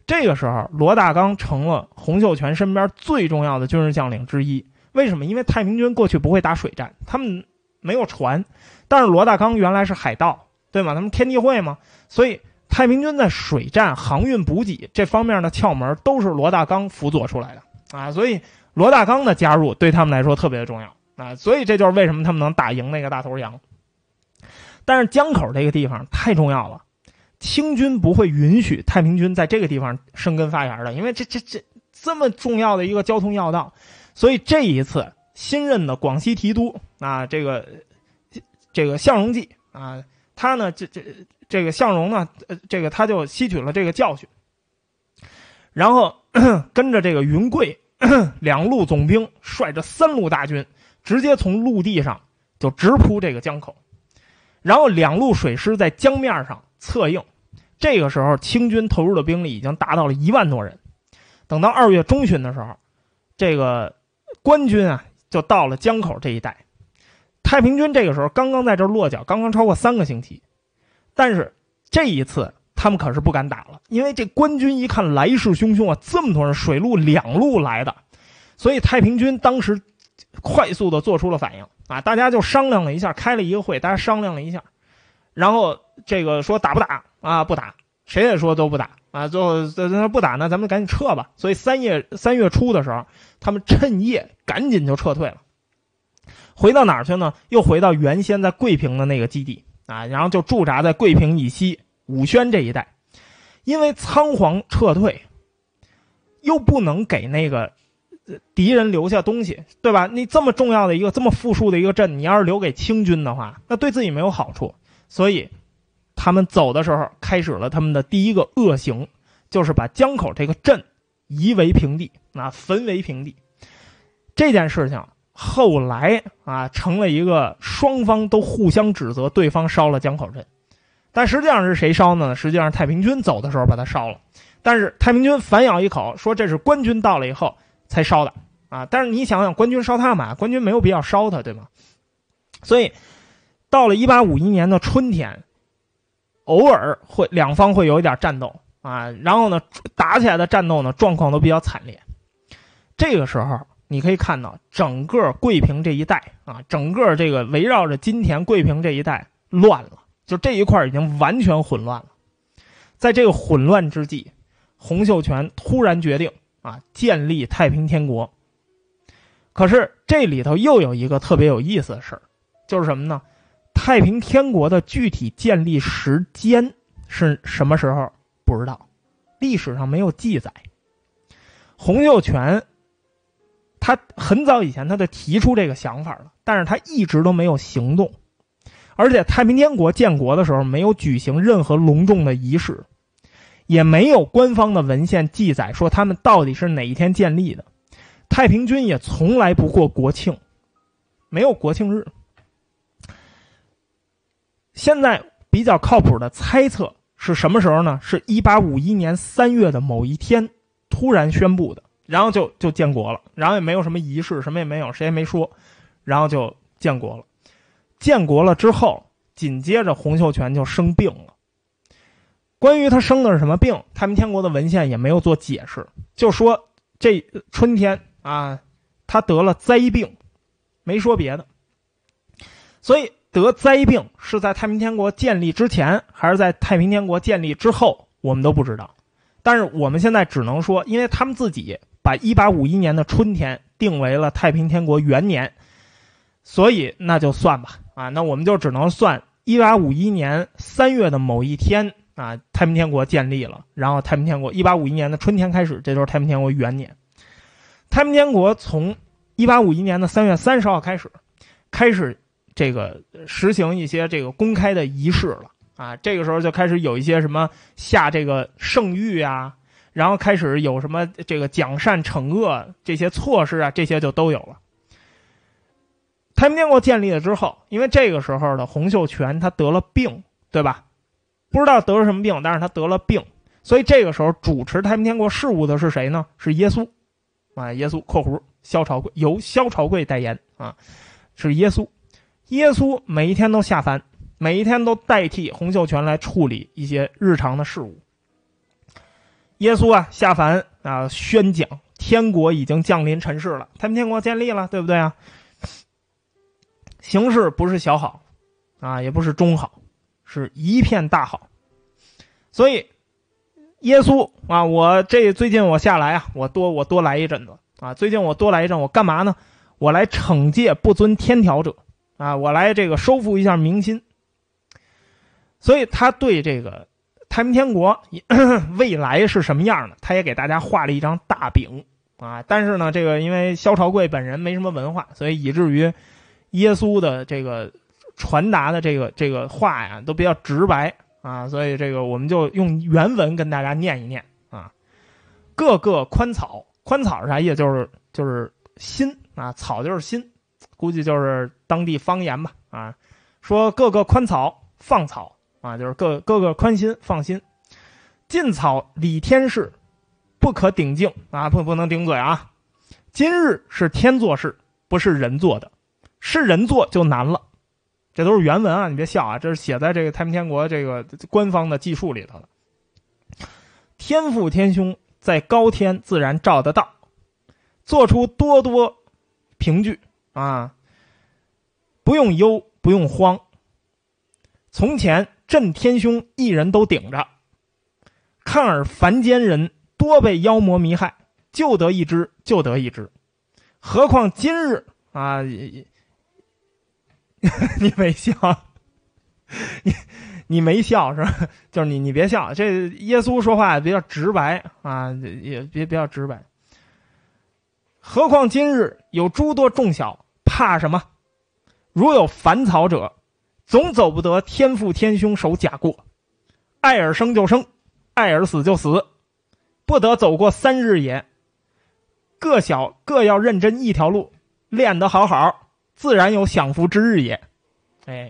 这个时候，罗大刚成了洪秀全身边最重要的军事将领之一。为什么？因为太平军过去不会打水战，他们没有船，但是罗大刚原来是海盗，对吗？他们天地会嘛，所以太平军在水战、航运补给这方面的窍门都是罗大刚辅佐出来的啊。所以罗大刚的加入对他们来说特别的重要啊。所以这就是为什么他们能打赢那个大头羊。但是江口这个地方太重要了，清军不会允许太平军在这个地方生根发芽的，因为这这这这么重要的一个交通要道。所以这一次新任的广西提督啊，这个这个向荣记啊，他呢这这这个向荣呢，呃，这个他就吸取了这个教训，然后跟着这个云贵两路总兵，率着三路大军，直接从陆地上就直扑这个江口，然后两路水师在江面上策应。这个时候清军投入的兵力已经达到了一万多人。等到二月中旬的时候，这个官军啊就到了江口这一带。太平军这个时候刚刚在这落脚，刚刚超过三个星期，但是这一次他们可是不敢打了，因为这官军一看来势汹汹啊，这么多人，水陆两路来的，所以太平军当时快速的做出了反应啊，大家就商量了一下，开了一个会，大家商量了一下，然后这个说打不打啊？不打，谁也说都不打啊，最后不打呢，咱们赶紧撤吧。所以三月三月初的时候，他们趁夜赶紧就撤退了。回到哪儿去呢？又回到原先在桂平的那个基地啊，然后就驻扎在桂平以西武宣这一带。因为仓皇撤退，又不能给那个敌人留下东西，对吧？你这么重要的一个这么富庶的一个镇，你要是留给清军的话，那对自己没有好处。所以他们走的时候开始了他们的第一个恶行，就是把江口这个镇夷为平地，啊，焚为平地。这件事情后来啊成了一个双方都互相指责对方烧了江口镇，但实际上是谁烧呢？实际上太平军走的时候把它烧了，但是太平军反咬一口说这是官军到了以后才烧的啊。但是你想想，官军烧它嘛，官军没有必要烧它，对吗？所以到了一八五一年的春天，偶尔会两方会有一点战斗啊，然后呢打起来的战斗呢状况都比较惨烈。这个时候你可以看到整个桂平这一带啊，整个这个围绕着金田桂平这一带乱了，就这一块已经完全混乱了。在这个混乱之际，洪秀全突然决定啊建立太平天国。可是这里头又有一个特别有意思的事儿，就是什么呢？太平天国的具体建立时间是什么时候不知道，历史上没有记载。洪秀全他很早以前他就提出这个想法了，但是他一直都没有行动。而且太平天国建国的时候没有举行任何隆重的仪式，也没有官方的文献记载说他们到底是哪一天建立的。太平军也从来不过国庆，没有国庆日。现在比较靠谱的猜测是什么时候呢？是一八五一年三月的某一天突然宣布的，然后就就建国了，然后也没有什么仪式，什么也没有，谁也没说，然后就建国了。建国了之后，紧接着洪秀全就生病了。关于他生的是什么病，太平天国的文献也没有做解释，就说这春天啊，他得了灾病，没说别的。所以得灾病是在太平天国建立之前，还是在太平天国建立之后，我们都不知道。但是我们现在只能说，因为他们自己把一八五一年的春天定为了太平天国元年，所以那就算吧啊，那我们就只能算一八五一年三月的某一天啊，太平天国建立了，然后太平天国一八五一年的春天开始，这就是太平天国元年。太平天国从一八五一年的三月三十号开始，开始这个实行一些这个公开的仪式了啊，这个时候就开始有一些什么下这个圣谕啊，然后开始有什么这个奖善惩恶这些措施啊，这些就都有了。太平天国建立了之后，因为这个时候的洪秀全他得了病，对吧？不知道得了什么病，但是他得了病，所以这个时候主持太平天国事务的是谁呢？是耶稣啊，耶稣（括弧萧朝贵）由萧朝贵代言啊，是耶稣。耶稣每一天都下凡，每一天都代替洪秀全来处理一些日常的事务。 耶稣啊下凡啊，宣讲天国已经降临尘世了，太平天国建立了，对不对啊？形势不是小好啊，也不是中好，是一片大好。所以耶稣啊，我这最近我下来啊，我多我多来一阵子啊，最近我多来一阵，我干嘛呢？我来惩戒不遵天条者啊，我来这个收复一下民心。所以他对这个太平天国未来是什么样的，他也给大家画了一张大饼啊。但是呢，这个因为萧朝贵本人没什么文化，所以以至于耶稣的这个传达的这个这个话呀，都比较直白啊。所以这个我们就用原文跟大家念一念啊。各个宽草，宽草是啥意思？就是就是心啊，草就是心，估计就是当地方言吧啊。说各个宽草放草。啊，就是各各个宽心放心，近草理天事，不可顶敬啊，不不能顶嘴啊。今日是天做事，不是人做的，是人做就难了。这都是原文啊，你别笑啊，这是写在这个太平天国这个官方的记述里头的。天父天兄在高天自然照得到，做出多多凭据啊，不用忧，不用慌。从前朕天兄一人都顶着，看尔凡间人多被妖魔迷害，就得一只就得一只，何况今日啊！你没笑，你你没笑是吧？就是你你别笑，这耶稣说话也比较直白啊，也别比较直白。何况今日有诸多众小，怕什么？如有烦草者，总走不得天父天兄手假过，爱而生就生，爱而死就死，不得走过三日也。各小各要认真一条路，练得好好，自然有享福之日也。哎，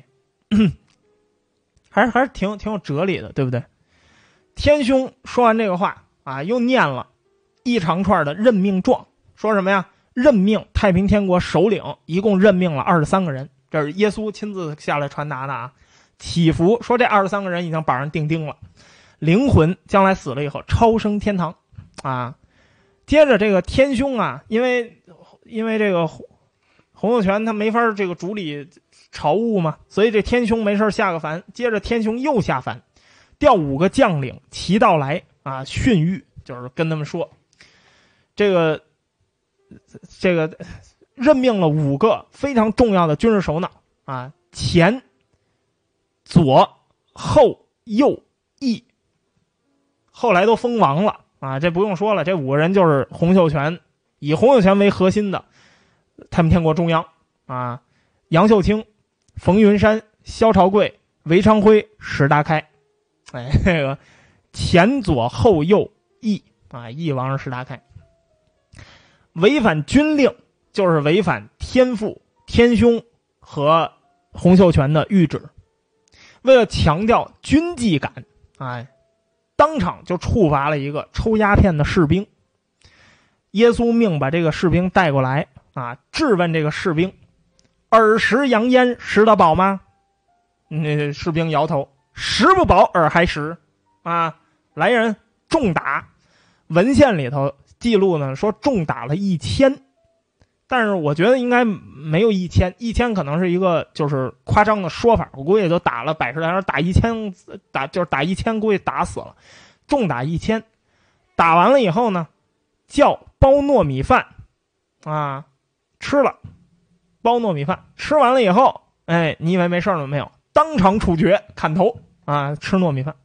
还是还是挺挺有哲理的，对不对？天兄说完这个话啊，又念了一长串的任命状，说什么呀？任命太平天国首领，一共任命了二十三个人。这是耶稣亲自下来传达的啊，祈福说这二十三个人已经榜上钉钉了，灵魂将来死了以后超升天堂啊。接着这个天兄啊，因为因为这个洪秀全他没法这个主理朝务嘛，所以这天兄没事下个凡。接着天兄又下凡，调五个将领齐到来啊，训谕，就是跟他们说，这个这个。任命了五个非常重要的军事首脑啊，前、左、后、右、翼，后来都封王了啊，这不用说了，这五个人就是洪秀全，以洪秀全为核心的太平天国中央啊，杨秀清、冯云山、萧朝贵、韦昌辉、石达开，哎，这个前、左、后、右、翼啊，翼王是石达开，违反军令。就是违反天父天兄和洪秀全的谕旨，为了强调军纪感，哎，当场就处罚了一个抽鸦片的士兵。耶稣命把这个士兵带过来啊，质问这个士兵：“尔食洋烟食得饱吗？”那士兵摇头：“食不饱，尔还食啊！”来人重打，文献里头记录呢说重打了一千。但是我觉得应该没有一千，一千可能是一个就是夸张的说法，我估计就打了百十来人，打一千，打就是打一千，估计打死了，重打一千。打完了以后呢，叫包糯米饭，啊，吃了，包糯米饭，吃完了以后，哎，你以为没事了没有？当场处决，砍头啊，吃糯米饭。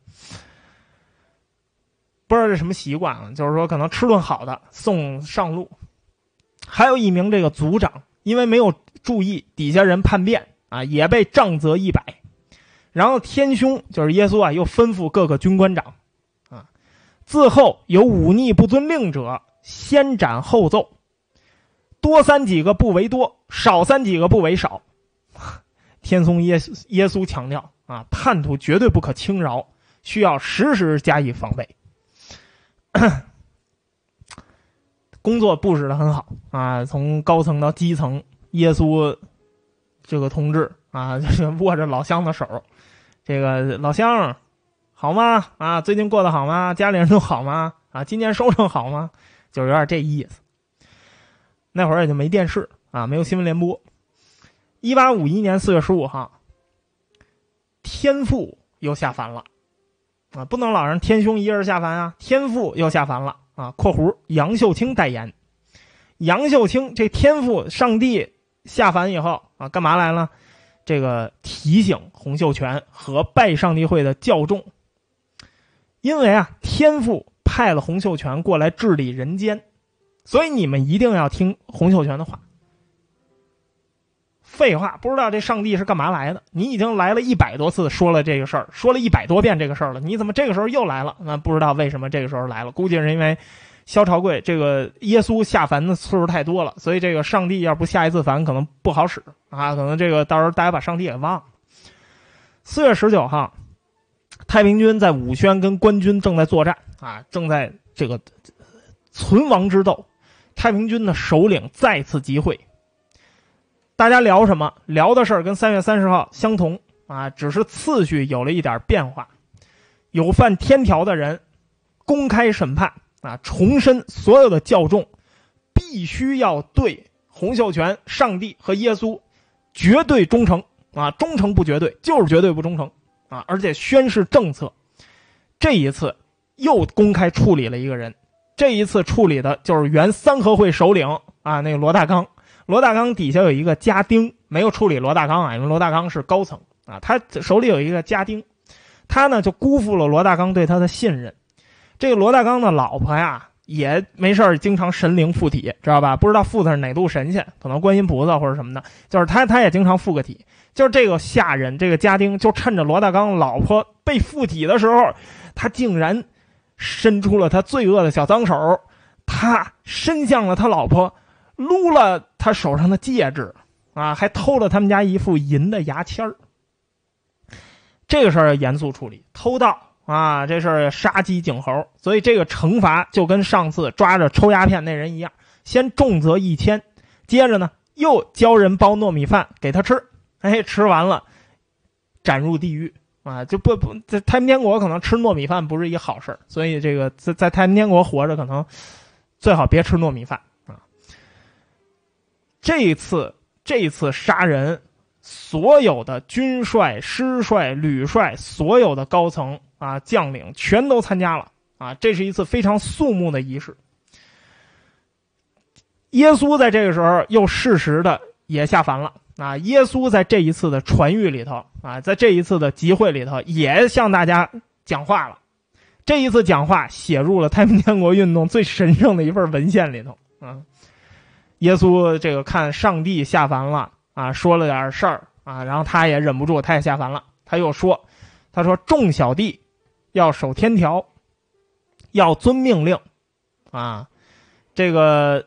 不知道这什么习惯啊，就是说可能吃顿好的送上路。还有一名这个族长，因为没有注意底下人叛变啊，也被杖责一百。然后天兄就是耶稣啊，又吩咐各个军官长啊，自后有忤逆不遵令者，先斩后奏，多三几个不为多，少三几个不为少。天松耶稣耶稣强调啊，叛徒绝对不可轻饶，需要时时加以防备。工作布置得很好啊，从高层到基层，耶稣这个同志啊，就是握着老乡的手，这个老乡好吗？啊，最近过得好吗？家里人都好吗？ 啊，今年收成好吗？就是有点这意思。那会儿也就没电视啊，没有新闻联播。一八五一年四月十五号，天父又下凡了啊，不能老让天兄一人下凡啊，天父又下凡了啊。括弧杨秀清代言。杨秀清这天父上帝下凡以后啊，干嘛来了？这个提醒洪秀全和拜上帝会的教众，因为啊，天父派了洪秀全过来治理人间，所以你们一定要听洪秀全的话。废话，不知道这上帝是干嘛来的？你已经来了一百多次，说了这个事儿，说了一百多遍这个事儿了，你怎么这个时候又来了？那不知道为什么这个时候来了，估计是因为萧朝贵这个耶稣下凡的次数太多了，所以这个上帝要不下一次凡可能不好使啊，可能这个到时候大家把上帝给忘了。四月十九号，太平军在武宣跟官军正在作战啊，正在这个存亡之斗。太平军的首领再次集会，大家聊什么？聊的事儿跟三月三十号相同啊，只是次序有了一点变化。有犯天条的人公开审判啊，重申所有的教众必须要对洪秀全、上帝和耶稣绝对忠诚啊，忠诚不绝对，就是绝对不忠诚啊！而且宣示政策。这一次又公开处理了一个人，这一次处理的就是原三合会首领啊，那个罗大刚。罗大刚底下有一个家丁，没有处理罗大刚啊，因为罗大刚是高层啊，他手里有一个家丁，他呢就辜负了罗大刚对他的信任。这个罗大刚的老婆呀，也没事经常神灵附体，知道吧？不知道附的是哪路神仙，可能观音菩萨或者什么的，就是他他也经常附个体。就是这个下人，这个家丁就趁着罗大刚老婆被附体的时候，他竟然伸出了他罪恶的小脏手，他伸向了他老婆，撸了他手上的戒指啊，还偷了他们家一副银的牙签儿。这个事儿要严肃处理，偷盗啊，这事儿杀鸡儆猴，所以这个惩罚就跟上次抓着抽鸦片那人一样，先重责一千，接着呢又教人包糯米饭给他吃，哎，吃完了斩入地狱啊！就不不在太平天国可能吃糯米饭不是一好事，所以这个在在太平天国活着可能最好别吃糯米饭啊。这一次这一次杀人，所有的军帅、师帅、旅帅，所有的高层啊将领全都参加了啊！这是一次非常肃穆的仪式。耶稣在这个时候又适时的也下凡了啊！耶稣在这一次的传谕里头啊，在这一次的集会里头也向大家讲话了。这一次讲话写入了太平天国运动最神圣的一份文献里头啊。耶稣这个看上帝下凡了啊，说了点事儿啊，然后他也忍不住，他也下凡了。他又说，他说众小弟要守天条，要遵命令啊，这个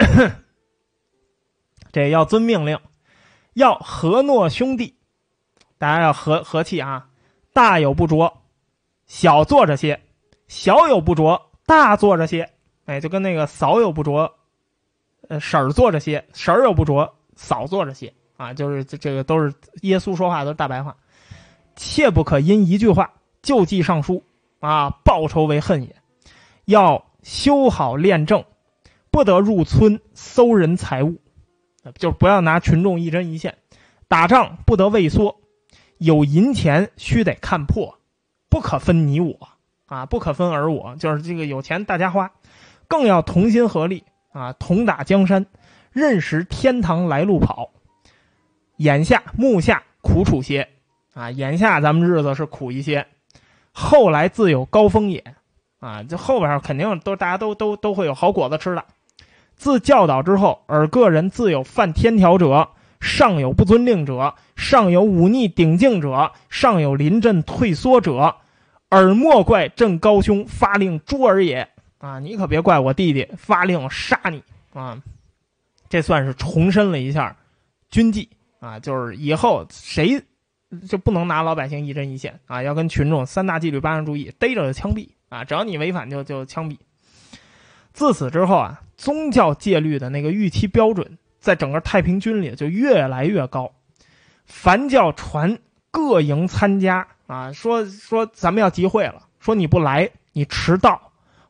这要遵命令，要和诺兄弟，大家要和和气啊，大有不着，小做着些；小有不着，大做着些。哎，就跟那个嫂有不着，呃，婶儿做着些，婶儿有不着，嫂做着些啊，就是这这个都是耶稣说话都是大白话。切不可因一句话就记上书啊，报仇为恨也。要修好练正，不得入村搜人财物，就是不要拿群众一针一线。打仗不得畏缩，有银钱须得看破，不可分你我啊，不可分而我，就是这个有钱大家花，更要同心合力啊，同打江山，认识天堂来路跑。眼下目下苦楚些啊，眼下咱们日子是苦一些，后来自有高峰也啊，这后边肯定都大家都都都会有好果子吃的。自教导之后，尔个人自有犯天条者，上有不遵令者，上有忤逆顶敬者，上有临阵退缩者，尔莫怪朕高兄发令诛尔也啊！你可别怪我弟弟发令杀你啊！这算是重申了一下军纪啊，就是以后谁就不能拿老百姓一针一线啊，要跟群众三大纪律八项注意，逮着就枪毙啊！只要你违反就就枪毙。自此之后啊，宗教戒律的那个预期标准在整个太平军里就越来越高。凡教传各营参加啊，说说咱们要集会了，说你不来，你迟到，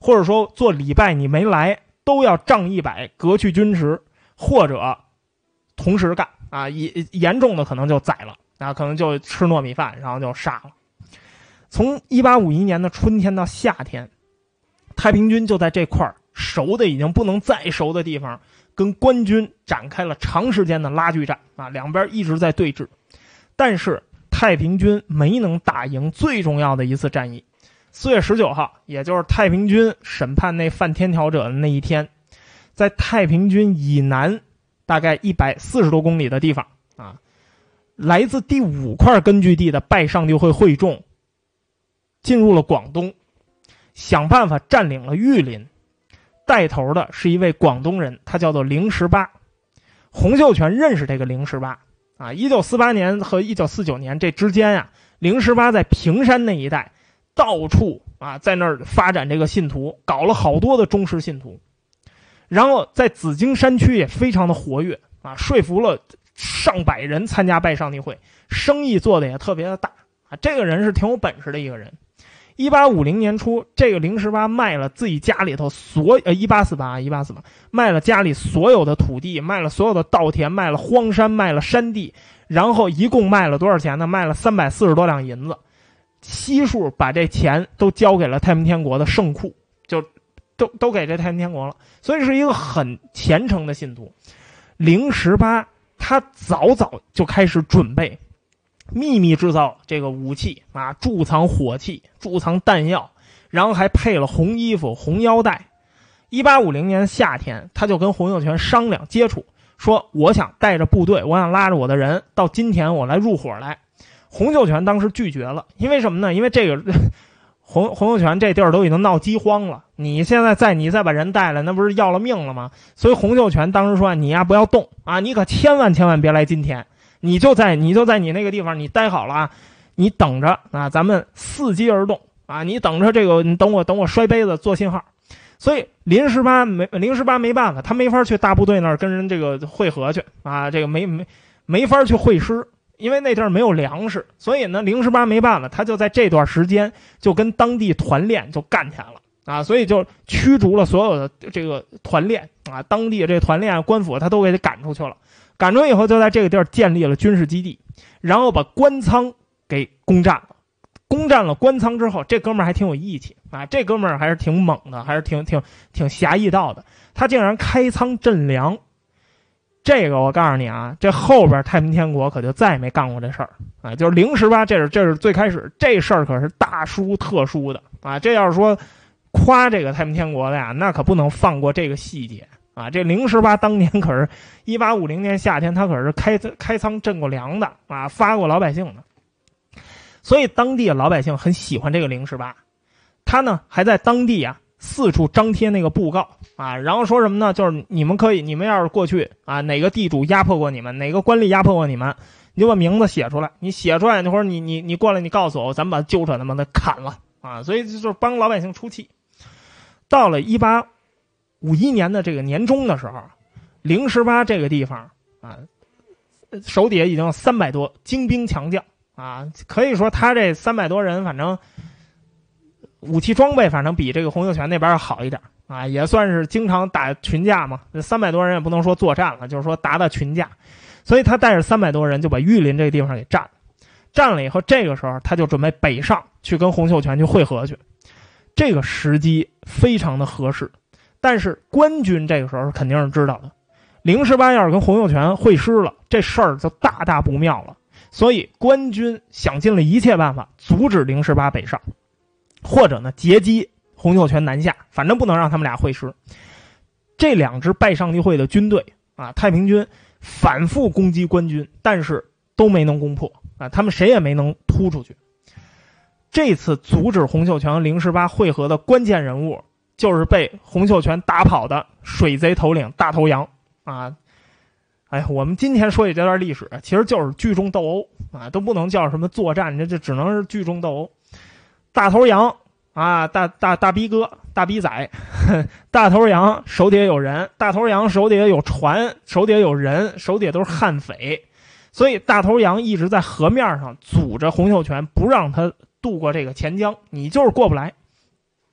或者说做礼拜你没来，都要杖一百，革去军职，或者同时干啊，严严重的可能就宰了啊，可能就吃糯米饭，然后就杀了。从一八五一年的春天到夏天，太平军就在这块熟的已经不能再熟的地方，跟官军展开了长时间的拉锯战啊，两边一直在对峙。但是太平军没能打赢最重要的一次战役。四月十九号，也就是太平军审判那犯天条者的那一天，在太平军以南大概一百四十多公里的地方啊，来自第五块根据地的拜上帝会会众进入了广东，想办法占领了玉林。带头的是一位广东人，他叫做凌十八。洪秀全认识这个凌十八啊，一九四八年和一九四九年这之间啊，凌十八在平山那一带到处啊在那儿发展这个信徒，搞了好多的忠实信徒。然后在紫荆山区也非常的活跃啊，说服了上百人参加拜上帝会，生意做的也特别的大啊。这个人是挺有本事的一个人。一八五零年初，这个凌十八卖了自己家里头所呃一八四八一八四八卖了家里所有的土地，卖了所有的稻田，卖了荒山，卖了山地，然后一共卖了多少钱呢？卖了三百四十多两银子，悉数把这钱都交给了太平天国的圣库，就都都给这太平天国了。所以是一个很虔诚的信徒。凌十八他早早就开始准备秘密制造这个武器啊，贮藏火器，贮藏弹药，然后还配了红衣服、红腰带。一八五零年夏天，他就跟洪秀全商量接触，说我想带着部队，我想拉着我的人到金田我来入伙来。洪秀全当时拒绝了，因为什么呢？因为这个洪洪秀全这地儿都已经闹饥荒了，你现在再你再把人带来，那不是要了命了吗？所以洪秀全当时说，你呀不要动啊，你可千万千万别来金田。你就在你就在你那个地方，你待好了啊，你等着啊，咱们伺机而动啊，你等着这个，你等我等我摔杯子做信号。所以林十八没林十八没办法，他没法去大部队那儿跟人这个会合去啊，这个没没没法去会师，因为那地儿没有粮食，所以呢，林十八没办法，他就在这段时间就跟当地团练就干起来了啊，所以就驱逐了所有的这个团练啊，当地这团练官府他都给他赶出去了。赶出以后，就在这个地儿建立了军事基地，然后把官仓给攻占了。攻占了官仓之后，这哥们儿还挺有义气啊！这哥们儿还是挺猛的，还是挺挺挺侠义道的。他竟然开仓赈粮，这个我告诉你啊，这后边太平天国可就再也没干过这事儿啊！就是凌十八，这是这是最开始这事儿可是大书特书的啊！这要是说夸这个太平天国的呀，那可不能放过这个细节。啊，这凌十八当年可是一八五零年夏天，他可是开开仓赈过粮的啊，发过老百姓的。所以当地的老百姓很喜欢这个凌十八，他呢还在当地啊四处张贴那个布告啊，然后说什么呢？就是你们可以，你们要是过去啊，哪个地主压迫过你们，哪个官吏压迫过你们，你就把名字写出来，你写出来，或者你你你过来，你告诉我，咱们把他揪出来，咱们把他砍了啊！所以就是帮老百姓出气。到了一八五一年的这个年中的时候，凌十八这个地方啊，手底下已经有三百多精兵强将啊，可以说他这三百多人，反正武器装备反正比这个洪秀全那边要好一点啊，也算是经常打群架嘛。三百多人也不能说作战了，就是说打打群架，所以他带着三百多人就把玉林这个地方给占了。占了以后，这个时候他就准备北上去跟洪秀全去会合去，这个时机非常的合适。但是官军这个时候肯定是知道的，凌十八要是跟洪秀全会师了，这事儿就大大不妙了。所以官军想尽了一切办法阻止凌十八北上，或者呢截击洪秀全南下，反正不能让他们俩会师。这两支拜上帝会的军队啊，太平军反复攻击官军，但是都没能攻破啊，他们谁也没能突出去。这次阻止洪秀全和凌十八会合的关键人物，就是被洪秀全打跑的水贼头领大头羊啊！哎，我们今天说起这段历史，其实就是剧中斗殴啊，都不能叫什么作战，这这只能是剧中斗殴。大头羊啊，大大大逼哥、大逼仔，大头羊手底下有人，大头羊手底下有船，手底下有人，手底下都是悍匪，所以大头羊一直在河面上阻着洪秀全，不让他渡过这个钱江，你就是过不来。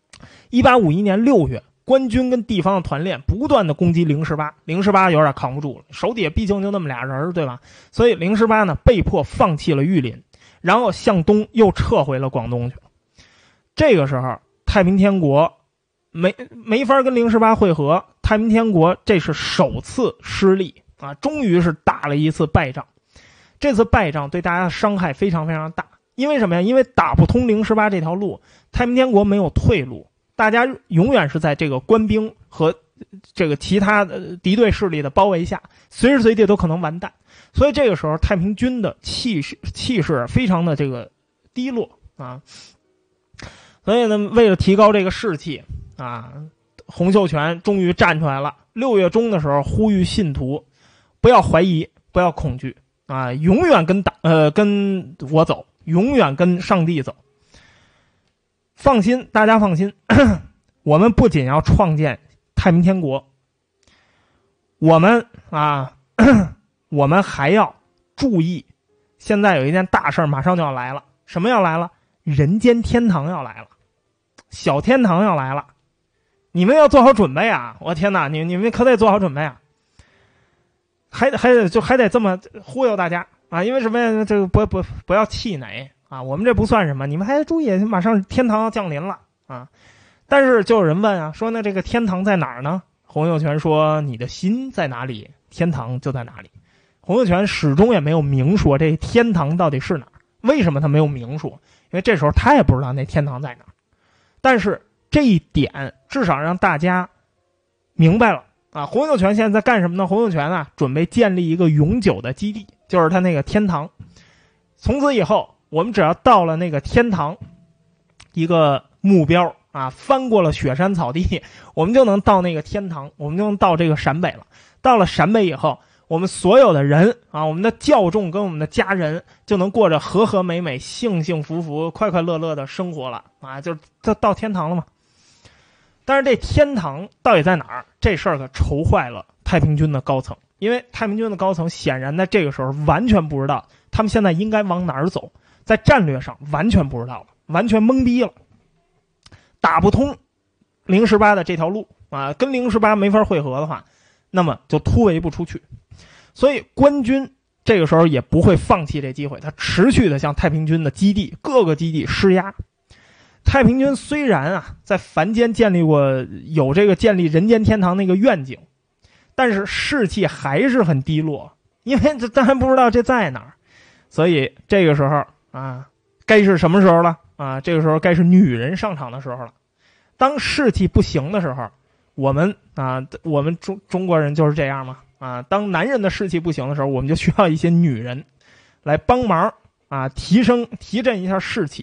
一八五一年六月，官军跟地方的团练不断的攻击零十八，零十八有点扛不住了，手底下毕竟就那么俩人，对吧？所以零十八呢被迫放弃了玉林，然后向东又撤回了广东去了。这个时候太平天国没没法跟零十八会合，太平天国这是首次失利啊，终于是打了一次败仗。这次败仗对大家的伤害非常非常大，因为什么呀？因为打不通零十八这条路，太平天国没有退路，大家永远是在这个官兵和这个其他的敌对势力的包围下，随时随地都可能完蛋。所以这个时候太平军的气势气势非常的这个低落啊。所以呢，为了提高这个士气啊，洪秀全终于站出来了。六月中的时候，呼吁信徒不要怀疑，不要恐惧啊，永远跟党呃跟我走，永远跟上帝走。放心，大家放心，我们不仅要创建太平天国，我们啊，我们还要注意，现在有一件大事马上就要来了。什么要来了？人间天堂要来了，小天堂要来了，你们要做好准备啊！我天哪，你你们可得做好准备啊！还还得就还得这么忽悠大家啊！因为什么呀？这个不不不要气馁啊！我们这不算什么，你们还得注意，马上天堂要降临了啊！但是就有人问啊，说那这个天堂在哪儿呢？洪秀全说：“你的心在哪里，天堂就在哪里。”洪秀全始终也没有明说这天堂到底是哪儿。为什么他没有明说？因为这时候他也不知道那天堂在哪儿。但是这一点至少让大家明白了啊！洪秀全现在在干什么呢？洪秀全啊，准备建立一个永久的基地，就是他那个天堂。从此以后，我们只要到了那个天堂一个目标啊，翻过了雪山草地，我们就能到那个天堂，我们就能到这个陕北了。到了陕北以后，我们所有的人啊，我们的教众跟我们的家人就能过着和和美美、幸幸福福、快快乐乐的生活了啊！就是到到天堂了嘛。但是这天堂到底在哪儿？这事儿可愁坏了太平军的高层，因为太平军的高层显然在这个时候完全不知道他们现在应该往哪儿走，在战略上完全不知道了，完全懵逼了，打不通零十八的这条路啊，跟零十八没法会合的话，那么就突围不出去。所以官军这个时候也不会放弃这机会，他持续的向太平军的基地各个基地施压。太平军虽然啊在凡间建立过有这个建立人间天堂那个愿景，但是士气还是很低落，因为这咱还不知道这在哪儿。所以这个时候啊，该是什么时候了啊？这个时候该是女人上场的时候了。当士气不行的时候，我们啊，我们中中国人就是这样嘛。啊，当男人的士气不行的时候，我们就需要一些女人来帮忙啊，提升提振一下士气。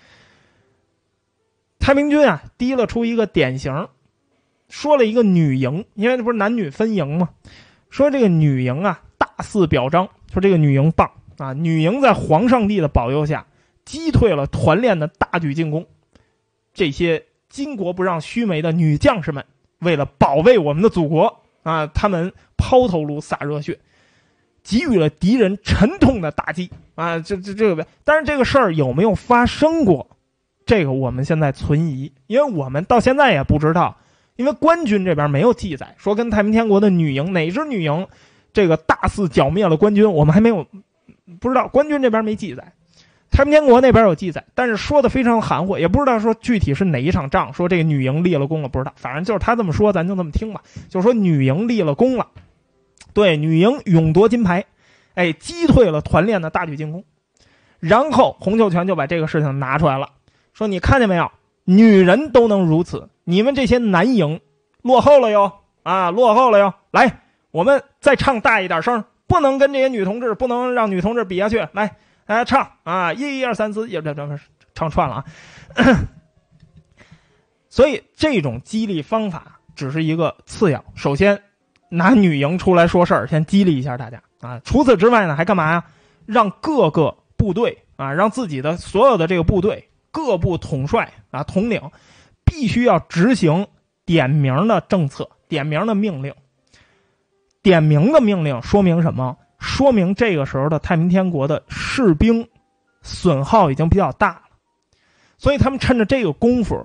太平军啊，提了出一个典型，说了一个女营，因为这不是男女分营吗？说这个女营啊，大肆表彰，说这个女营棒啊，女营在皇上帝的保佑下，击退了团练的大举进攻。这些巾帼不让须眉的女将士们，为了保卫我们的祖国啊，他们抛头颅洒热血，给予了敌人沉痛的打击啊！这这这个，但是这个事儿有没有发生过？这个我们现在存疑，因为我们到现在也不知道，因为官军这边没有记载说跟太平天国的女营哪支女营这个大肆剿灭了官军，我们还没有不知道，官军这边没记载。太平天国那边有记载，但是说的非常含糊，也不知道说具体是哪一场仗，说这个女营立了功了，不知道，反正就是他这么说，咱就这么听吧。就是说女营立了功了，对，女营勇夺金牌，哎，击退了团练的大举进攻。然后洪秀全就把这个事情拿出来了，说你看见没有，女人都能如此，你们这些男营落后了哟，啊，落后了哟，来，我们再唱大一点声，不能跟这些女同志，不能让女同志比下去，来。大家唱啊，一二三四，也这这唱串了啊。所以这种激励方法只是一个次要，首先拿女营出来说事儿，先激励一下大家啊。除此之外呢，还干嘛呀？让各个部队啊，让自己的所有的这个部队各部统帅啊、统领，必须要执行点名的政策、点名的命令。点名的命令说明什么？说明这个时候的太平天国的士兵损耗已经比较大了，所以他们趁着这个功夫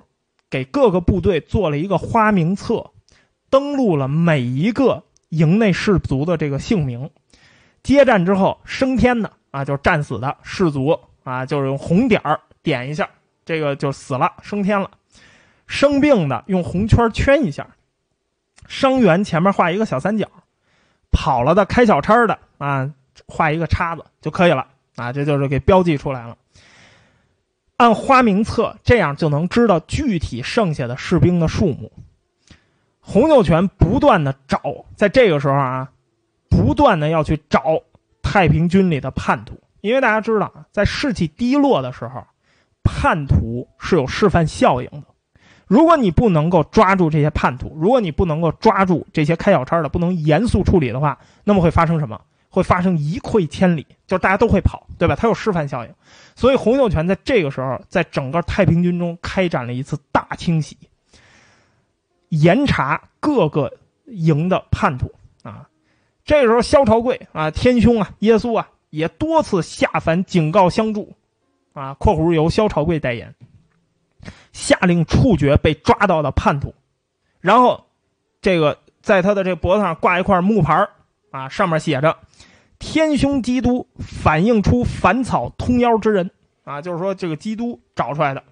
给各个部队做了一个花名册，登录了每一个营内士卒的这个姓名。接战之后升天的啊，就是战死的士卒啊，就是用红点儿点一下，这个就死了，升天了。生病的用红圈圈一下，伤员前面画一个小三角，跑了的开小差的啊，画一个叉子就可以了啊，这就是给标记出来了。按花名册，这样就能知道具体剩下的士兵的数目。洪秀全不断的找，在这个时候啊，不断的要去找太平军里的叛徒，因为大家知道啊，在士气低落的时候，叛徒是有示范效应的。如果你不能够抓住这些叛徒，如果你不能够抓住这些开小差的，不能严肃处理的话，那么会发生什么？会发生一溃千里，就是大家都会跑，对吧？它有示范效应。所以洪秀全在这个时候，在整个太平军中开展了一次大清洗，严查各个营的叛徒啊。这个时候萧朝贵啊、天兄啊、耶稣啊，也多次下凡警告相助啊（括弧由萧朝贵代言），下令处决被抓到的叛徒，然后这个在他的这脖子上挂一块木牌啊，上面写着天兄基督反映出反草通妖之人啊，就是说这个基督找出来的。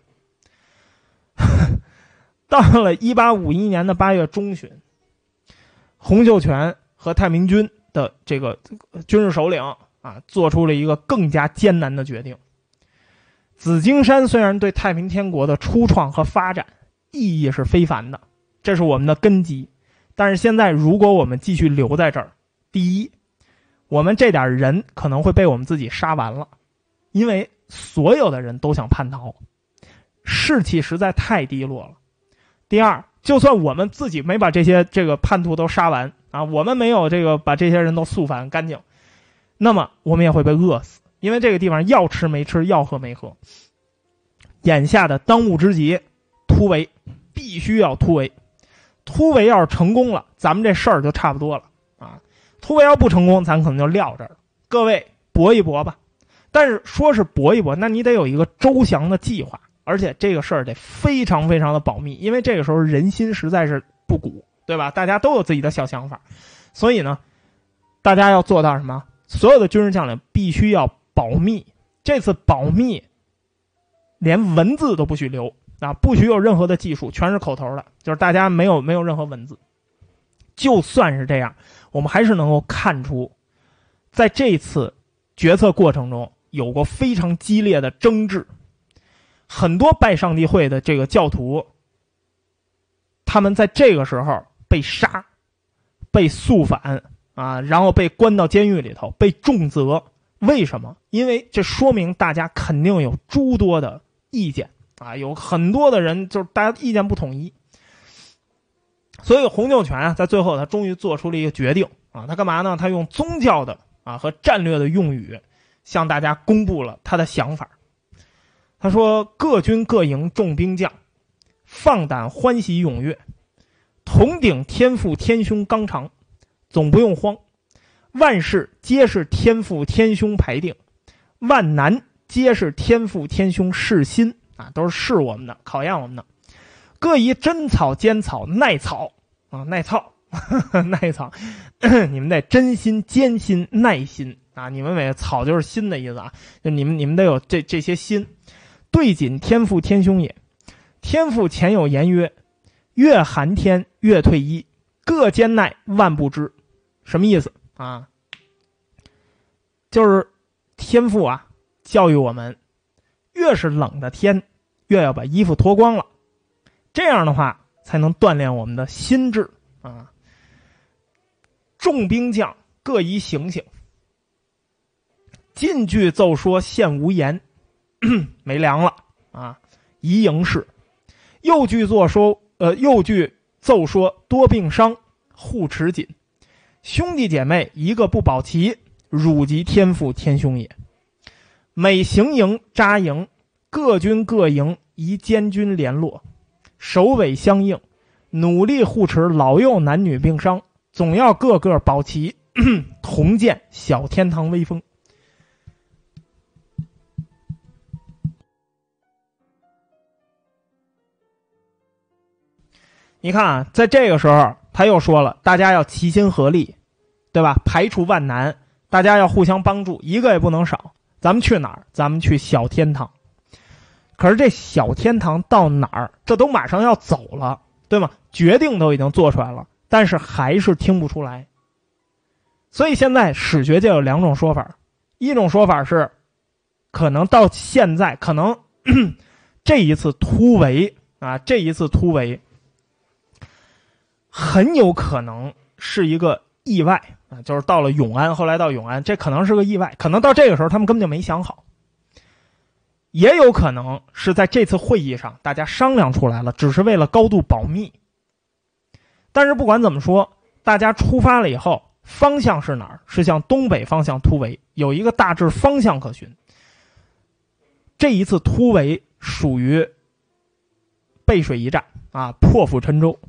到了一八五一年的八月中旬，洪秀全和太平军的这个军事首领啊，做出了一个更加艰难的决定。紫荆山虽然对太平天国的初创和发展意义是非凡的，这是我们的根基，但是现在如果我们继续留在这儿，第一，我们这点人可能会被我们自己杀完了，因为所有的人都想叛逃，士气实在太低落了。第二，就算我们自己没把这些这个叛徒都杀完啊，我们没有这个把这些人都肃反干净，那么我们也会被饿死，因为这个地方要吃没吃，要喝没喝。眼下的当务之急，突围，必须要突围。突围要是成功了，咱们这事儿就差不多了啊。突围要不成功，咱可能就撂这儿了。各位搏一搏吧，但是说是搏一搏，那你得有一个周详的计划，而且这个事儿得非常非常的保密，因为这个时候人心实在是不古，对吧？大家都有自己的小想法，所以呢，大家要做到什么？所有的军事将领必须要保密。这次保密，连文字都不许留啊，不许有任何的技术，全是口头的，就是大家没有没有任何文字。就算是这样，我们还是能够看出，在这次决策过程中有过非常激烈的争执。很多拜上帝会的这个教徒，他们在这个时候被杀、被肃反啊，然后被关到监狱里头，被重责。为什么？因为这说明大家肯定有诸多的意见啊，有很多的人就是大家意见不统一。所以洪秀全啊，在最后他终于做出了一个决定啊，他干嘛呢？他用宗教的啊和战略的用语向大家公布了他的想法。他说：各军各营重兵将，放胆欢喜踊跃，铜鼎天父天兄纲常，总不用慌。万事皆是天父天兄排定，万难皆是天父天兄试心啊，都是试我们的，考验我们的。各宜真草坚草耐草啊，耐操耐草你们得真心坚心耐心啊，你们每个草就是心的意思啊，就你们你们得有这这些心。对谨天父天兄也，天父前有言曰：越寒天越退衣，各坚耐万不知。什么意思啊？就是天父啊教育我们，越是冷的天越要把衣服脱光了，这样的话才能锻炼我们的心智啊。众兵将各宜醒醒，进句奏说现无言，没粮了啊，宜营事。右句作说，呃，右句奏说多病伤，护持紧。兄弟姐妹一个不保齐，汝即天父天兄也。每行营扎营，各军各营宜监军联络，首尾相应，努力护持老幼男女病伤，总要个个保齐，同见小天堂威风。 你看啊，在这个时候他又说了，大家要齐心合力，对吧？排除万难，大家要互相帮助，一个也不能少。咱们去哪儿？咱们去小天堂。可是这小天堂到哪儿？这都马上要走了，对吗？决定都已经做出来了，但是还是听不出来。所以现在史学界有两种说法，一种说法是，可能到现在，可能这一次突围啊，这一次突围很有可能是一个意外啊，就是到了永安，后来到永安，这可能是个意外，可能到这个时候他们根本就没想好。也有可能是在这次会议上大家商量出来了，只是为了高度保密。但是不管怎么说，大家出发了以后，方向是哪儿？是向东北方向突围，有一个大致方向可循。这一次突围属于背水一战啊，破釜沉舟。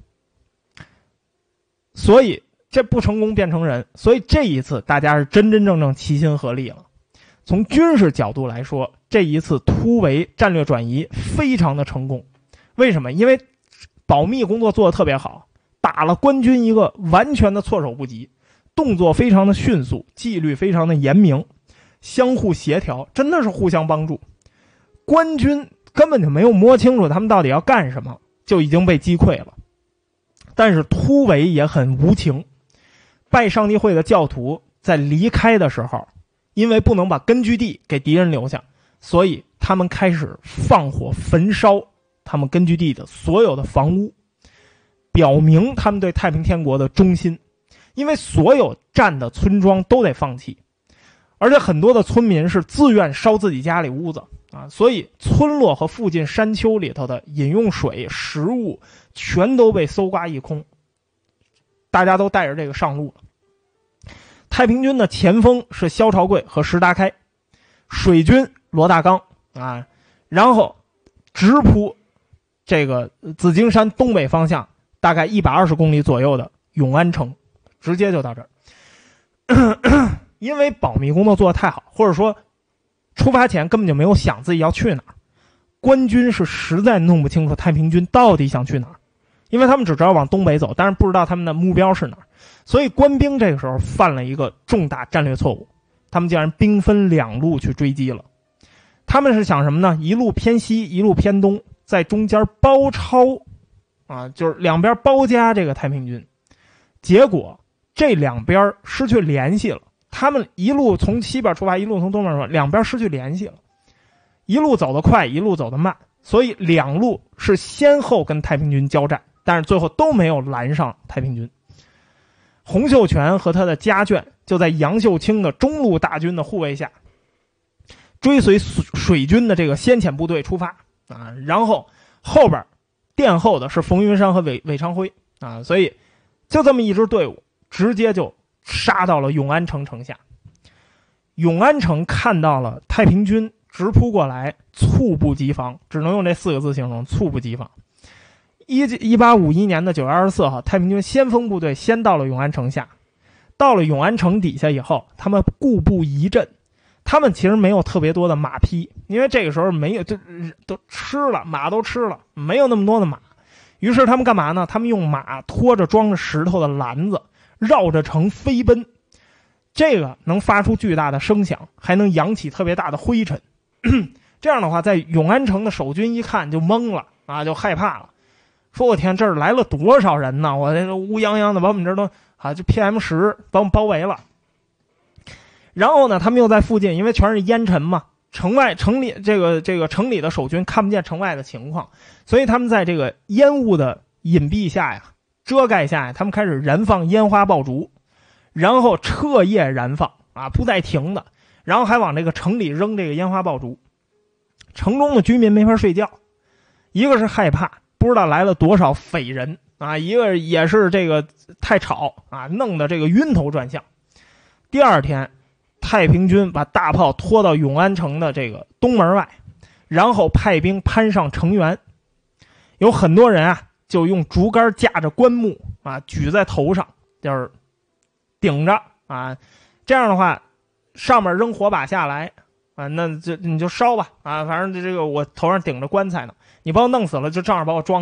所以这不成功便成仁，所以这一次大家是真真正正齐心合力了。从军事角度来说，这一次突围战略转移非常的成功。为什么？因为保密工作做得特别好，打了官军一个完全的措手不及，动作非常的迅速，纪律非常的严明，相互协调，真的是互相帮助。官军根本就没有摸清楚他们到底要干什么，就已经被击溃了。但是突围也很无情，拜上帝会的教徒在离开的时候，因为不能把根据地给敌人留下，所以他们开始放火焚烧他们根据地的所有的房屋，表明他们对太平天国的忠心。因为所有占的村庄都得放弃，而且很多的村民是自愿烧自己家里屋子啊，所以村落和附近山丘里头的饮用水、食物全都被搜刮一空，大家都带着这个上路了。太平军的前锋是萧朝贵和石达开，水军罗大刚啊，然后直扑这个紫荆山东北方向大概一百二十公里左右的永安城，直接就到这儿。因为保密工作做得太好，或者说出发前根本就没有想自己要去哪儿，官军是实在弄不清楚太平军到底想去哪儿，因为他们只知道往东北走，但是不知道他们的目标是哪儿。所以官兵这个时候犯了一个重大战略错误，他们竟然兵分两路去追击了。他们是想什么呢？一路偏西，一路偏东，在中间包抄啊，就是两边包夹这个太平军。结果这两边失去联系了，他们一路从西边出发，一路从东边出发，两边失去联系了，一路走得快，一路走得慢，所以两路是先后跟太平军交战，但是最后都没有拦上太平军。洪秀全和他的家眷就在杨秀清的中路大军的护卫下，追随水军的这个先遣部队出发啊，然后后边殿后的是冯云山和韦韦昌辉啊，所以就这么一支队伍直接就杀到了永安城城下。永安城看到了太平军直扑过来，猝不及防，只能用这四个字形容，猝不及防。一八五一年的九月二十四号，太平军先锋部队先到了永安城下。到了永安城底下以后，他们固步一阵。他们其实没有特别多的马匹，因为这个时候没有，就都吃了，马都吃了，没有那么多的马。于是他们干嘛呢？他们用马拖着装着石头的篮子，绕着城飞奔。这个能发出巨大的声响，还能扬起特别大的灰尘。这样的话，在永安城的守军一看就懵了啊，就害怕了。说我天，这儿来了多少人呢？我这乌泱泱的把我们这儿都啊，就 P M 十 把我们包围了。然后呢，他们又在附近，因为全是烟尘嘛，城外城里这个这个城里的守军看不见城外的情况，所以他们在这个烟雾的隐蔽下呀、遮盖下呀，他们开始燃放烟花爆竹，然后彻夜燃放啊，不带停的，然后还往这个城里扔这个烟花爆竹。城中的居民没法睡觉，一个是害怕，不知道来了多少匪人啊，一个也是这个太吵啊，弄得这个晕头转向。第二天，太平军把大炮拖到永安城的这个东门外，然后派兵攀上城垣。有很多人啊，就用竹竿架着棺木啊，举在头上，就是顶着啊。这样的话，上面扔火把下来啊，那就你就烧吧啊，反正这个我头上顶着棺材呢，你把我弄死了，就正好把我装里头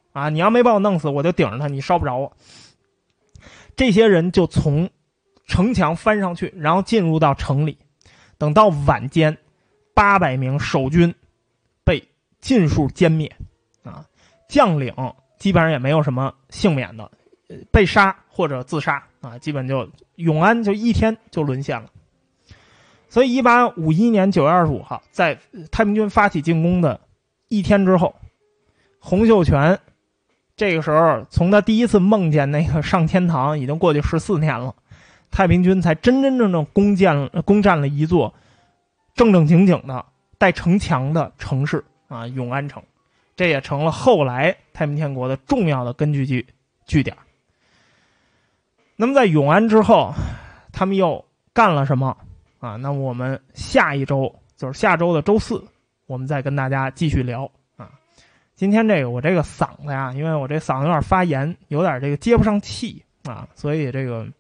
啊，你要没把我弄死，我就顶着他，你烧不着我。这些人就从城墙翻上去，然后进入到城里。等到晚间，八百名守军被尽数歼灭，啊，将领基本上也没有什么幸免的，被杀或者自杀啊，基本就永安就一天就沦陷了。所以，一八五一年九月二十五号，在太平军发起进攻的一天之后，洪秀全这个时候从他第一次梦见那个上天堂已经过去十四年了。太平军才真真正正攻建了攻占了一座正正经经的带城墙的城市啊，永安城，这也成了后来太平天国的重要的根据地据点。那么在永安之后，他们又干了什么啊？那我们下一周就是下周的周四，我们再跟大家继续聊啊。今天这个我这个嗓子呀，因为我这嗓子有点发炎，有点这个接不上气啊，所以这个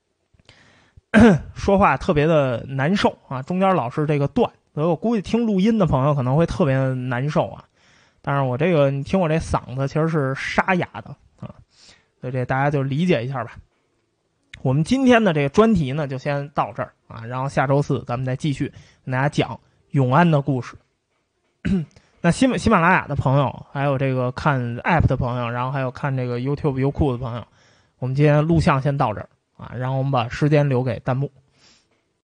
说话特别的难受啊，中间老是这个断，所以我估计听录音的朋友可能会特别的难受啊。但是我这个你听我这嗓子其实是沙哑的啊，所以这大家就理解一下吧。我们今天的这个专题呢就先到这儿啊，然后下周四咱们再继续跟大家讲永安的故事。那喜马喜马拉雅的朋友，还有这个看 app 的朋友，然后还有看这个 YouTube 优酷的朋友，我们今天录像先到这儿啊，然后我们把时间留给弹幕。